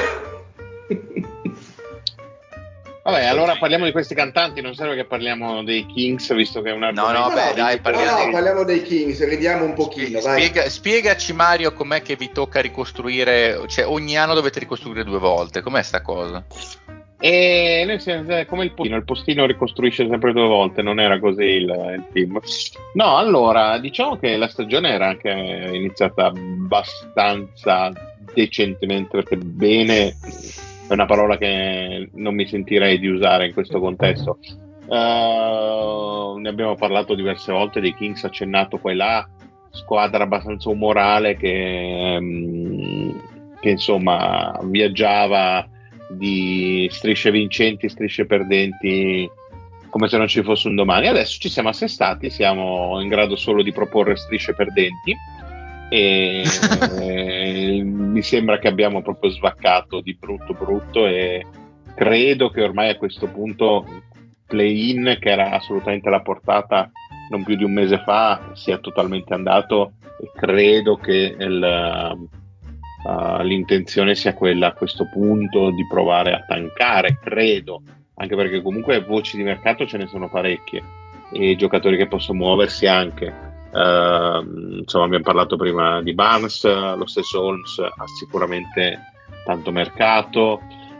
Vabbè, allora parliamo di questi cantanti, non serve che parliamo dei Kings, visto che è un No, argomento. no, beh, no, dai, no, parliamo. no, parliamo dei Kings, ridiamo un Spie- pochino, vai. spiega- spiegaci, Mario, com'è che vi tocca ricostruire, cioè ogni anno dovete ricostruire due volte, com'è sta cosa? E noi siamo eh, come il postino, il postino ricostruisce sempre due volte, non era così il, il team. No, allora, diciamo che la stagione era anche iniziata abbastanza decentemente, perché bene è una parola che non mi sentirei di usare in questo contesto. Uh, ne abbiamo parlato diverse volte dei Kings, accennato qua e là, squadra abbastanza umorale che, um, che insomma viaggiava di strisce vincenti, strisce perdenti, come se non ci fosse un domani. Adesso ci siamo assestati, siamo in grado solo di proporre strisce perdenti e eh, mi sembra che abbiamo proprio svaccato di brutto brutto e credo che ormai a questo punto play-in, che era assolutamente alla portata non più di un mese fa, sia totalmente andato e credo che il Uh, l'intenzione sia quella a questo punto di provare a tankare, credo, anche perché comunque voci di mercato ce ne sono parecchie e giocatori che possono muoversi anche. Uh, insomma, abbiamo parlato prima di Barnes, lo stesso Holmes ha sicuramente tanto mercato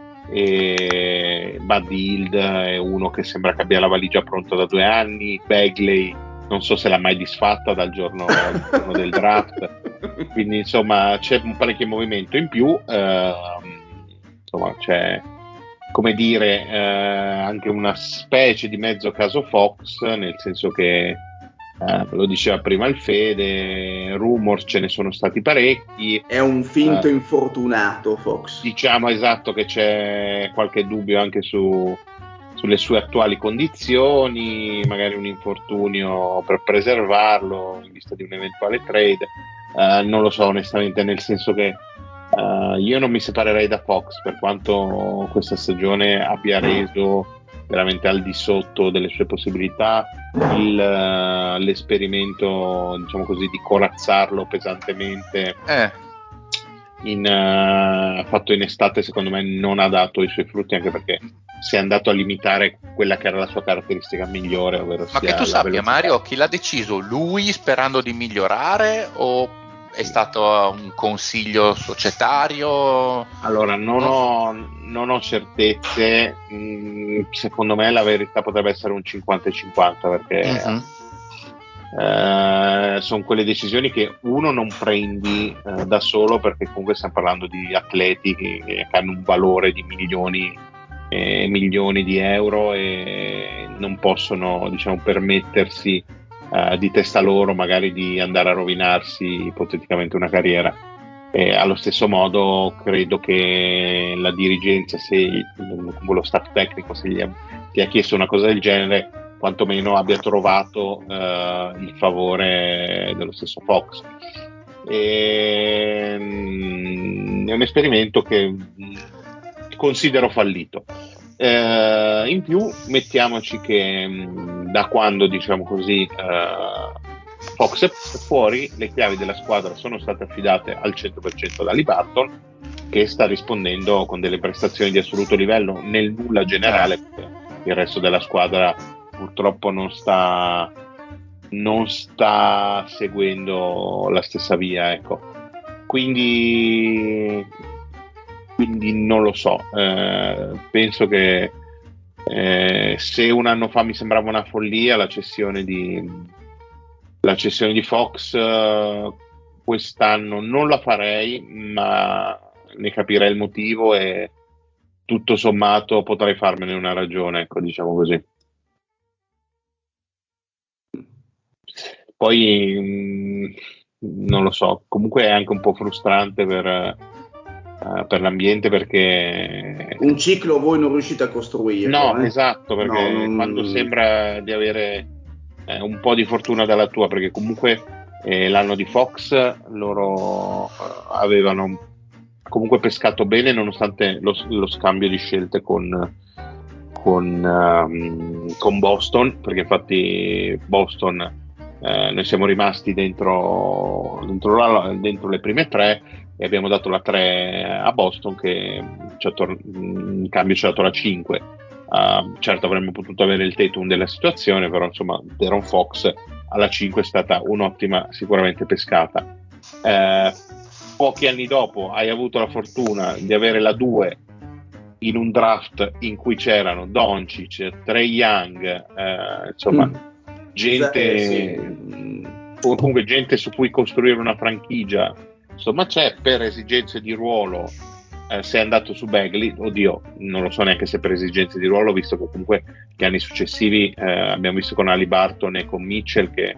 e Buddy Hield è uno che sembra che abbia la valigia pronta da due anni. Bagley non so se l'ha mai disfatta dal giorno, dal giorno del draft, quindi insomma c'è un parecchio movimento in più, eh, insomma c'è, come dire, eh, anche una specie di mezzo caso Fox, nel senso che eh, lo diceva prima il Fede, rumors ce ne sono stati parecchi. È un finto eh, infortunato Fox. Diciamo esatto che c'è qualche dubbio anche su sulle sue attuali condizioni, magari un infortunio per preservarlo in vista di un eventuale trade. Uh, non lo so onestamente, nel senso che uh, io non mi separerei da Fox, per quanto questa stagione abbia reso veramente al di sotto delle sue possibilità il, uh, l'esperimento, diciamo così, di corazzarlo pesantemente Eh. in, uh, fatto in estate, secondo me non ha dato i suoi frutti, anche perché si è andato a limitare quella che era la sua caratteristica migliore, ovvero Ma sia che tu la sappia, velocità. Mario, chi l'ha deciso? Lui sperando di migliorare o è stato un consiglio societario? Allora, non ho, non ho certezze, mm, secondo me la verità potrebbe essere un cinquanta e cinquanta, perché Mm-hmm. eh, sono quelle decisioni che uno non prendi eh, da solo, perché comunque stiamo parlando di atleti che, che hanno un valore di milioni e milioni di euro e non possono, diciamo, permettersi uh, di testa loro magari di andare a rovinarsi ipoteticamente una carriera. E allo stesso modo credo che la dirigenza, se lo staff tecnico, se gli ha, gli ha chiesto una cosa del genere, quantomeno abbia trovato uh, il favore dello stesso Fox. E, um, è un esperimento che considero fallito. Eh, in più mettiamoci che mh, da quando, diciamo così, eh, Fox è fuori, le chiavi della squadra sono state affidate al cento per cento da Haliburton, che sta rispondendo con delle prestazioni di assoluto livello nel nulla generale, perché il resto della squadra purtroppo non sta non sta seguendo la stessa via, ecco. Quindi quindi non lo so, eh, penso che eh, se un anno fa mi sembrava una follia la cessione di la cessione di Fox, eh, quest'anno non la farei, ma ne capirei il motivo e, tutto sommato potrei farmene una ragione, ecco, diciamo così. Poi mh, non lo so, comunque è anche un po' frustrante per, uh, per l'ambiente, perché un ciclo voi non riuscite a costruirlo. No, eh? esatto, perché No, non... quando sembra di avere eh, un po' di fortuna dalla tua, perché comunque eh, l'anno di Fox loro eh, avevano comunque pescato bene nonostante lo, lo scambio di scelte con, con, um, con Boston, perché infatti Boston eh, noi siamo rimasti dentro, dentro, la, dentro le prime tre e abbiamo dato la tre a Boston, che ci ha tor- in cambio ci ha dato la cinque. Uh, certo avremmo potuto avere il Tatum della situazione, però insomma De'Aaron Fox alla cinque è stata un'ottima sicuramente pescata. Eh, pochi anni dopo hai avuto la fortuna di avere la due in un draft in cui c'erano Doncic, Trae Young, eh, insomma mm. gente eh, sì. comunque gente su cui costruire una franchigia, insomma c'è. Per esigenze di ruolo eh, sei andato su Bagley, oddio non lo so neanche se per esigenze di ruolo, visto che comunque gli anni successivi eh, abbiamo visto con Haliburton e con Mitchell che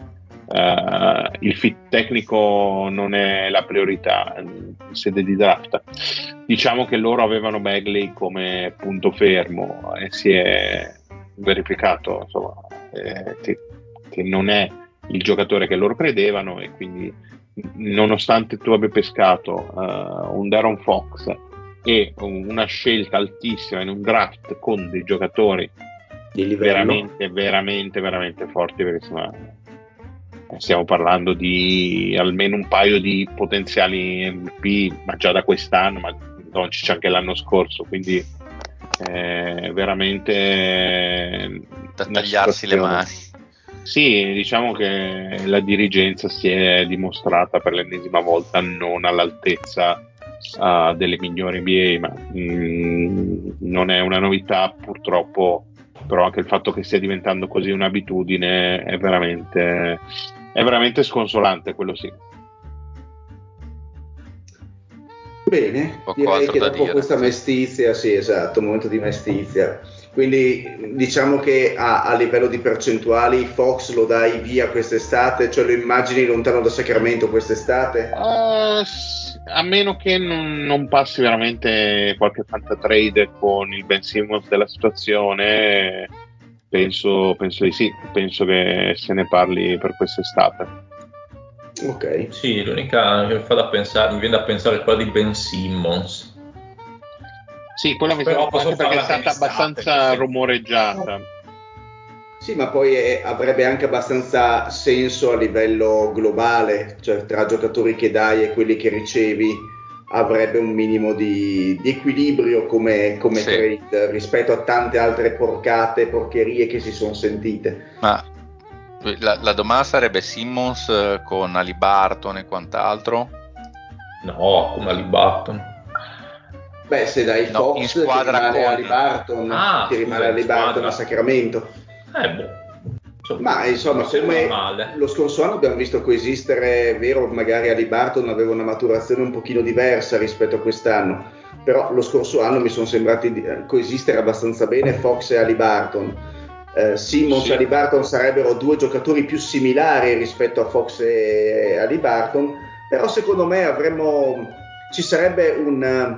eh, il fit tecnico non è la priorità in sede di draft. Diciamo che loro avevano Bagley come punto fermo e si è verificato insomma eh, che, che non è il giocatore che loro credevano, e quindi nonostante tu abbia pescato uh, un De'Aaron Fox e una scelta altissima in un draft con dei giocatori di livello veramente veramente veramente forti, perché insomma stiamo parlando di almeno un paio di potenziali M V P, ma già da quest'anno, ma Doncic anche l'anno scorso, quindi eh, veramente da tagliarsi le mani. Sì, diciamo che la dirigenza si è dimostrata per l'ennesima volta non all'altezza uh, delle migliori N B A, ma mm, non è una novità purtroppo, però anche il fatto che stia diventando così un'abitudine è veramente, è veramente sconsolante, quello sì. Bene, Poco direi che da dopo dire, questa sì. mestizia, sì esatto, un momento di mestizia, quindi diciamo che a, a livello di percentuali Fox lo dai via quest'estate, cioè lo immagini lontano da Sacramento quest'estate? Uh, a meno che non, non passi veramente qualche fantatrade con il Ben Simmons della situazione, penso, penso di sì, penso che se ne parli per quest'estate. Ok. Sì, l'unica che mi fa da pensare, mi viene da pensare è quella di Ben Simmons. Sì, quella mi Però sembra anche perché è stata abbastanza sì. rumoreggiata. Sì, ma poi è, avrebbe anche abbastanza senso a livello globale, cioè tra giocatori che dai e quelli che ricevi avrebbe un minimo di, di equilibrio come, come sì. trade rispetto a tante altre porcate, porcherie che si sono sentite. Ma la, la domanda sarebbe Simmons con Haliburton e quant'altro? No, come Haliburton. Beh, se dai no, Fox in squadra ti rimane con... Haliburton, ah, ti scusa, rimane Haliburton a Sacramento. Eh boh. Insomma, Ma insomma, come male. lo scorso anno abbiamo visto coesistere, è vero, magari Haliburton aveva una maturazione un pochino diversa rispetto a quest'anno, però lo scorso anno mi sono sembrati coesistere abbastanza bene Fox e Haliburton. Eh, Simmons Sì. e Haliburton sarebbero due giocatori più similari rispetto a Fox e Haliburton, però secondo me avremmo, ci sarebbe un,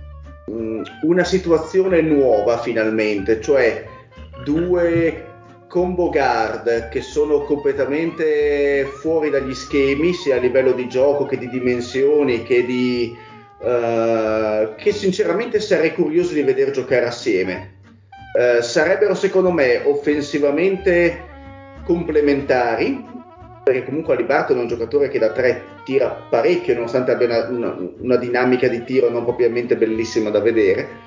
una situazione nuova finalmente, cioè due combo guard che sono completamente fuori dagli schemi sia a livello di gioco che di dimensioni che di uh, che sinceramente sarei curioso di vedere giocare assieme. Uh, sarebbero secondo me offensivamente complementari, perché comunque Haliburton è un giocatore che da tre tira parecchio nonostante abbia una, una, una dinamica di tiro non propriamente bellissima da vedere.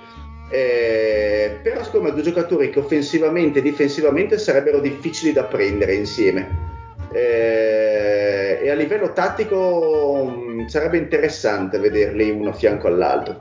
Eh, però secondo me due giocatori che offensivamente e difensivamente sarebbero difficili da prendere insieme, eh, e a livello tattico mh, sarebbe interessante vederli uno a fianco all'altro.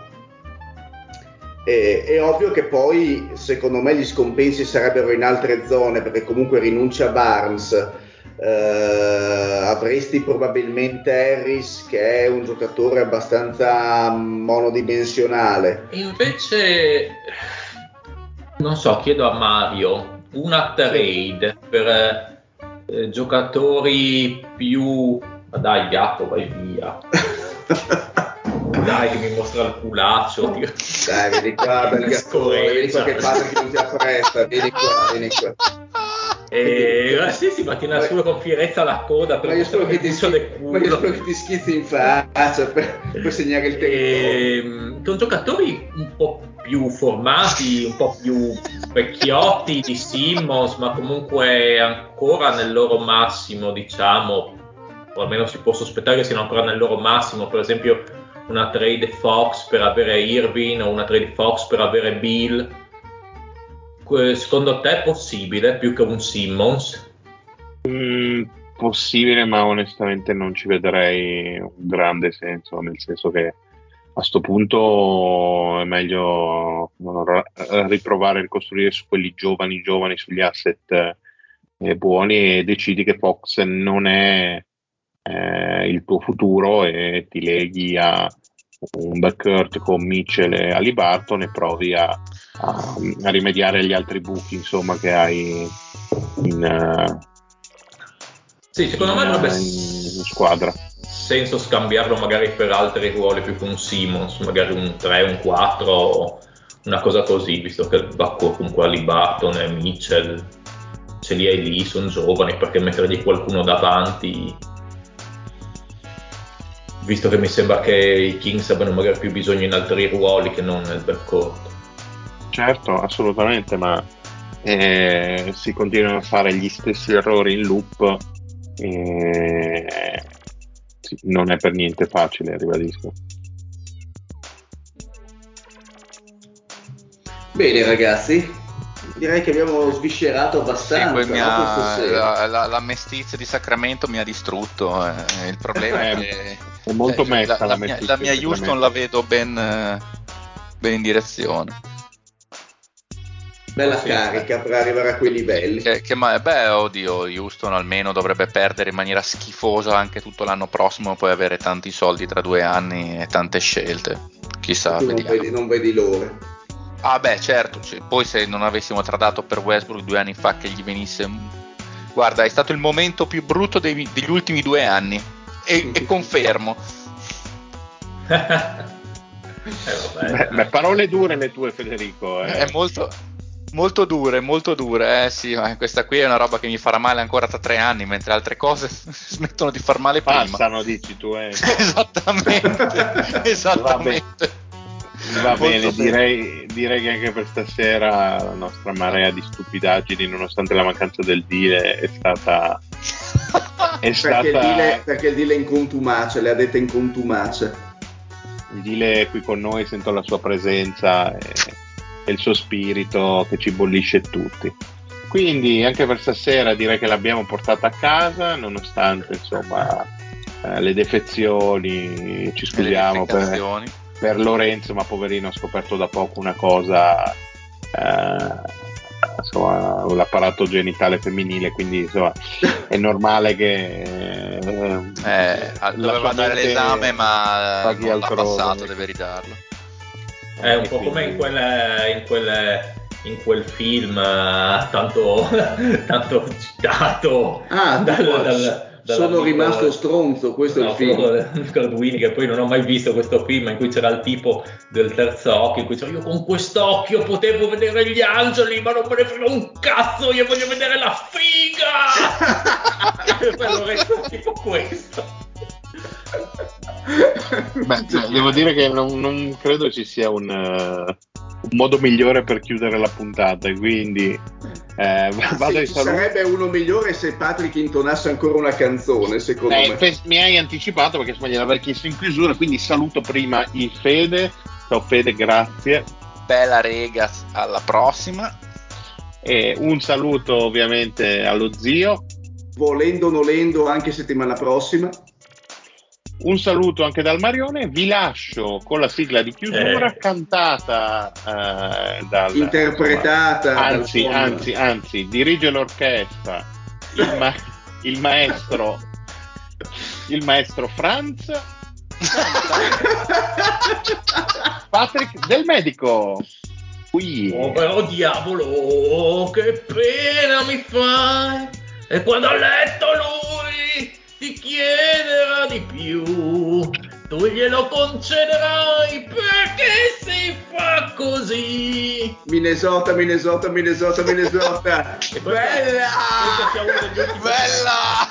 Eh, è ovvio che poi secondo me gli scompensi sarebbero in altre zone, perché comunque rinuncia a Barnes, eh, avresti probabilmente Harris, che è un giocatore abbastanza monodimensionale. Invece, non so, chiedo a Mario una trade per eh, giocatori più... Ma dai, gatto, vai via. Dai, che mi mostra il culaccio. Dio. Dai, vieni qua, bel gattone, vieni qua che passa che non ti appresta, vieni qua, vieni qua. E eh, sì, sì, ma tiene su con fierezza la coda per ma io spero che ti schizzi, ma io spero che ti schizzi in faccia per, per segnare il territorio. Con giocatori un po' più formati, un po' più vecchiotti di Simmons, ma comunque ancora nel loro massimo, diciamo, o almeno si può sospettare che siano ancora nel loro massimo. Per esempio una trade Fox per avere Irving o una trade Fox per avere Bill. Secondo te è possibile più che un Simmons? Mm, possibile, ma onestamente non ci vedrei un grande senso, nel senso che a sto punto è meglio riprovare a ricostruire su quelli giovani giovani, sugli asset eh, buoni, e decidi che Fox non è eh, il tuo futuro e ti leghi a un backcourt con Mitchell e Haliburton e provi a, a, a rimediare agli altri buchi, insomma, che hai in, uh, sì, secondo in, me avrebbe uh, in squadra senso scambiarlo magari per altri ruoli più che un Simmons, magari un tre, un quattro, una cosa così, visto che il backcourt comunque Haliburton e Mitchell ce li hai lì, sono giovani, perché mettergli qualcuno davanti, visto che mi sembra che i Kings abbiano magari più bisogno in altri ruoli che non nel backcourt. Certo, assolutamente, ma eh, si continuano a fare gli stessi errori in loop e sì, non è per niente facile, ribadisco. Bene ragazzi, direi che abbiamo sviscerato abbastanza. Sì, no, ha, la, la, la mestizia di Sacramento mi ha distrutto. Eh. Il problema è che è molto eh, messa la, la, la, mia, la mia Houston la vedo ben, ben in direzione. Bella sì, carica per arrivare a quei livelli. Che, che, ma, beh, oddio, Houston almeno dovrebbe perdere in maniera schifosa anche tutto l'anno prossimo, poi avere tanti soldi tra due anni e tante scelte. Chissà, tu vediamo. Non vedi, non vedi l'ora. Ah beh, certo, cioè, poi se non avessimo tradato per Westbrook due anni fa che gli venisse... Guarda, è stato il momento più brutto dei, degli ultimi due anni e, e confermo. eh, vabbè, beh, beh, parole dure le tue, Federico. Eh. È molto... Molto dure, molto dure, eh sì, ma questa qui è una roba che mi farà male ancora tra tre anni, mentre altre cose smettono di far male prima. Passano, dici tu, eh. Esattamente, esattamente. Va bene, direi, direi che anche per stasera la nostra marea di stupidaggini, nonostante la mancanza del deal, è stata... È perché, stata... Il deal è, perché il deal è in contumace, le ha dette in contumace. Il deal è qui con noi, sento la sua presenza e, e il suo spirito che ci bollisce tutti. Quindi anche per stasera direi che l'abbiamo portata a casa, nonostante insomma eh, le defezioni, ci scusiamo per, per Lorenzo, ma poverino ha scoperto da poco una cosa, eh, insomma, l'apparato genitale femminile, quindi insomma è normale che eh, eh, doveva dare l'esame ma non l'ha passato, deve ridarlo. È un po' quindi... come in quelle, in quelle in quel film uh, tanto, tanto citato ah, dal, dal, dal sono rimasto stronzo, questo no, è il film Caldwini, che poi non ho mai visto questo film in cui c'era il tipo del terzo occhio in cui c'era, io con quest'occhio potevo vedere gli angeli ma non me ne frega un cazzo, io voglio vedere la figa. E poi lo resto tipo questo. Beh, devo dire che non, non credo ci sia un, uh, un modo migliore per chiudere la puntata, quindi eh, vado sì, ai ci saluti. Sarebbe uno migliore se Patrick intonasse ancora una canzone, secondo eh, me. Fe- mi hai anticipato perché insomma gliel'avrei chiesto in chiusura, quindi saluto prima il Fede. Ciao Fede, grazie. Bella rega, alla prossima. E un saluto ovviamente allo zio. Volendo nolendo anche settimana prossima. Un saluto anche dal Marione, vi lascio con la sigla di chiusura eh. cantata eh, dal interpretata insomma, anzi, dal anzi, anzi, dirige l'orchestra il, ma- il maestro il maestro Franz Patrick del medico. Ui. Oh però diavolo, che pena mi fai, e quando a letto lui ti chiederà di più, tu glielo concederai perché si fa così. Minnesota, Minnesota, Minnesota, Minnesota. Bella! Bella!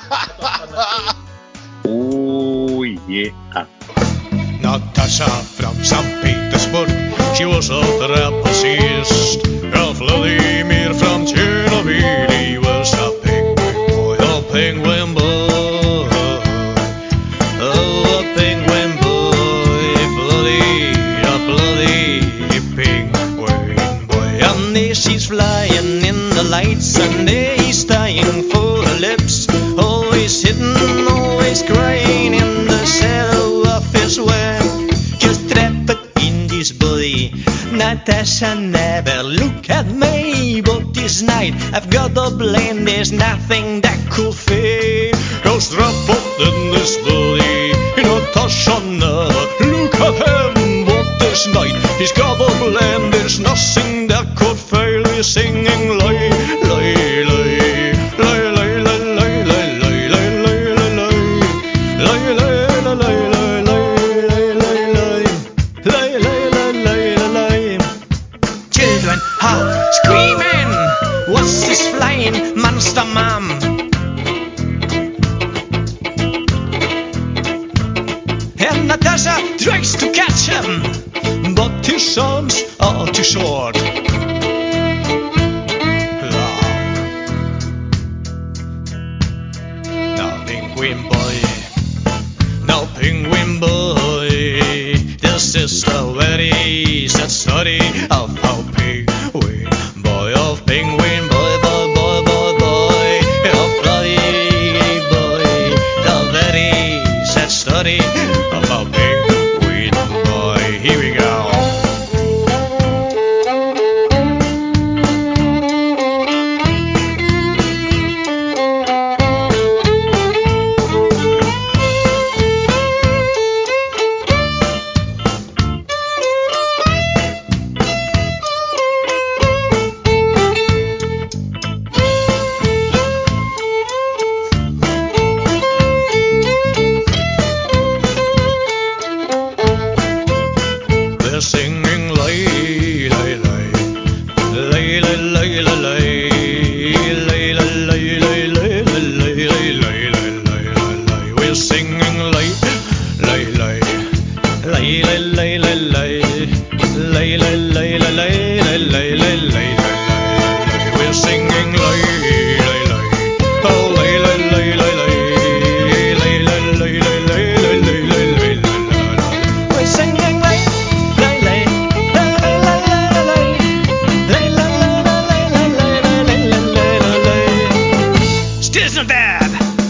Oh yeah. Natasha from Saint Petersburg, she was a trapezist. Ralph Vladimir from Chernobyl, he was a penguin boy, a penguin boy. Oh, a penguin boy, bloody, a bloody penguin boy. And there she's flying in the lights, and there he's dying for her lips. Always hidden, always crying in the shadow of his web. Just trapped in this body. Natasha, never look at me, but this night I've got a blame. There's nothing that could fail. Just trapped in this body. Natasha, never look at him, but this night he's got a blame. There's nothing that could fail. He's singing lay, lay, lay, lay, lay, lay, lay, lay, lay, lay, lay, lay, lay, lay, lay, lay, lay, lay, lay, lay. Children are screaming. What's this flying monster, mom? And Natasha tries to catch him, but his arms are too short. Now, penguin boy, now penguin boy, this is the very sad story of how penguin boy, of penguin boy, boy, boy, boy, boy, of bloody boy, the very sad story of how penguin boy. Here we go. They're singing lay, lay, lay, lay, lay, lay, lay, lay, lay, lay, lay, lay, lay, lay, lay, lay, lay, lay. We're singing lay, lay, lay, lay, lay, lay, lay, lay, lay, lay, lay, lay, lay, lay, lay, lay. We're singing lay, lay, lay, oh lay, lay, lay, lay, lay, lay, lay, lay, lay, lay, lay, lay, lay, lay. We're singing lay. Still not bad.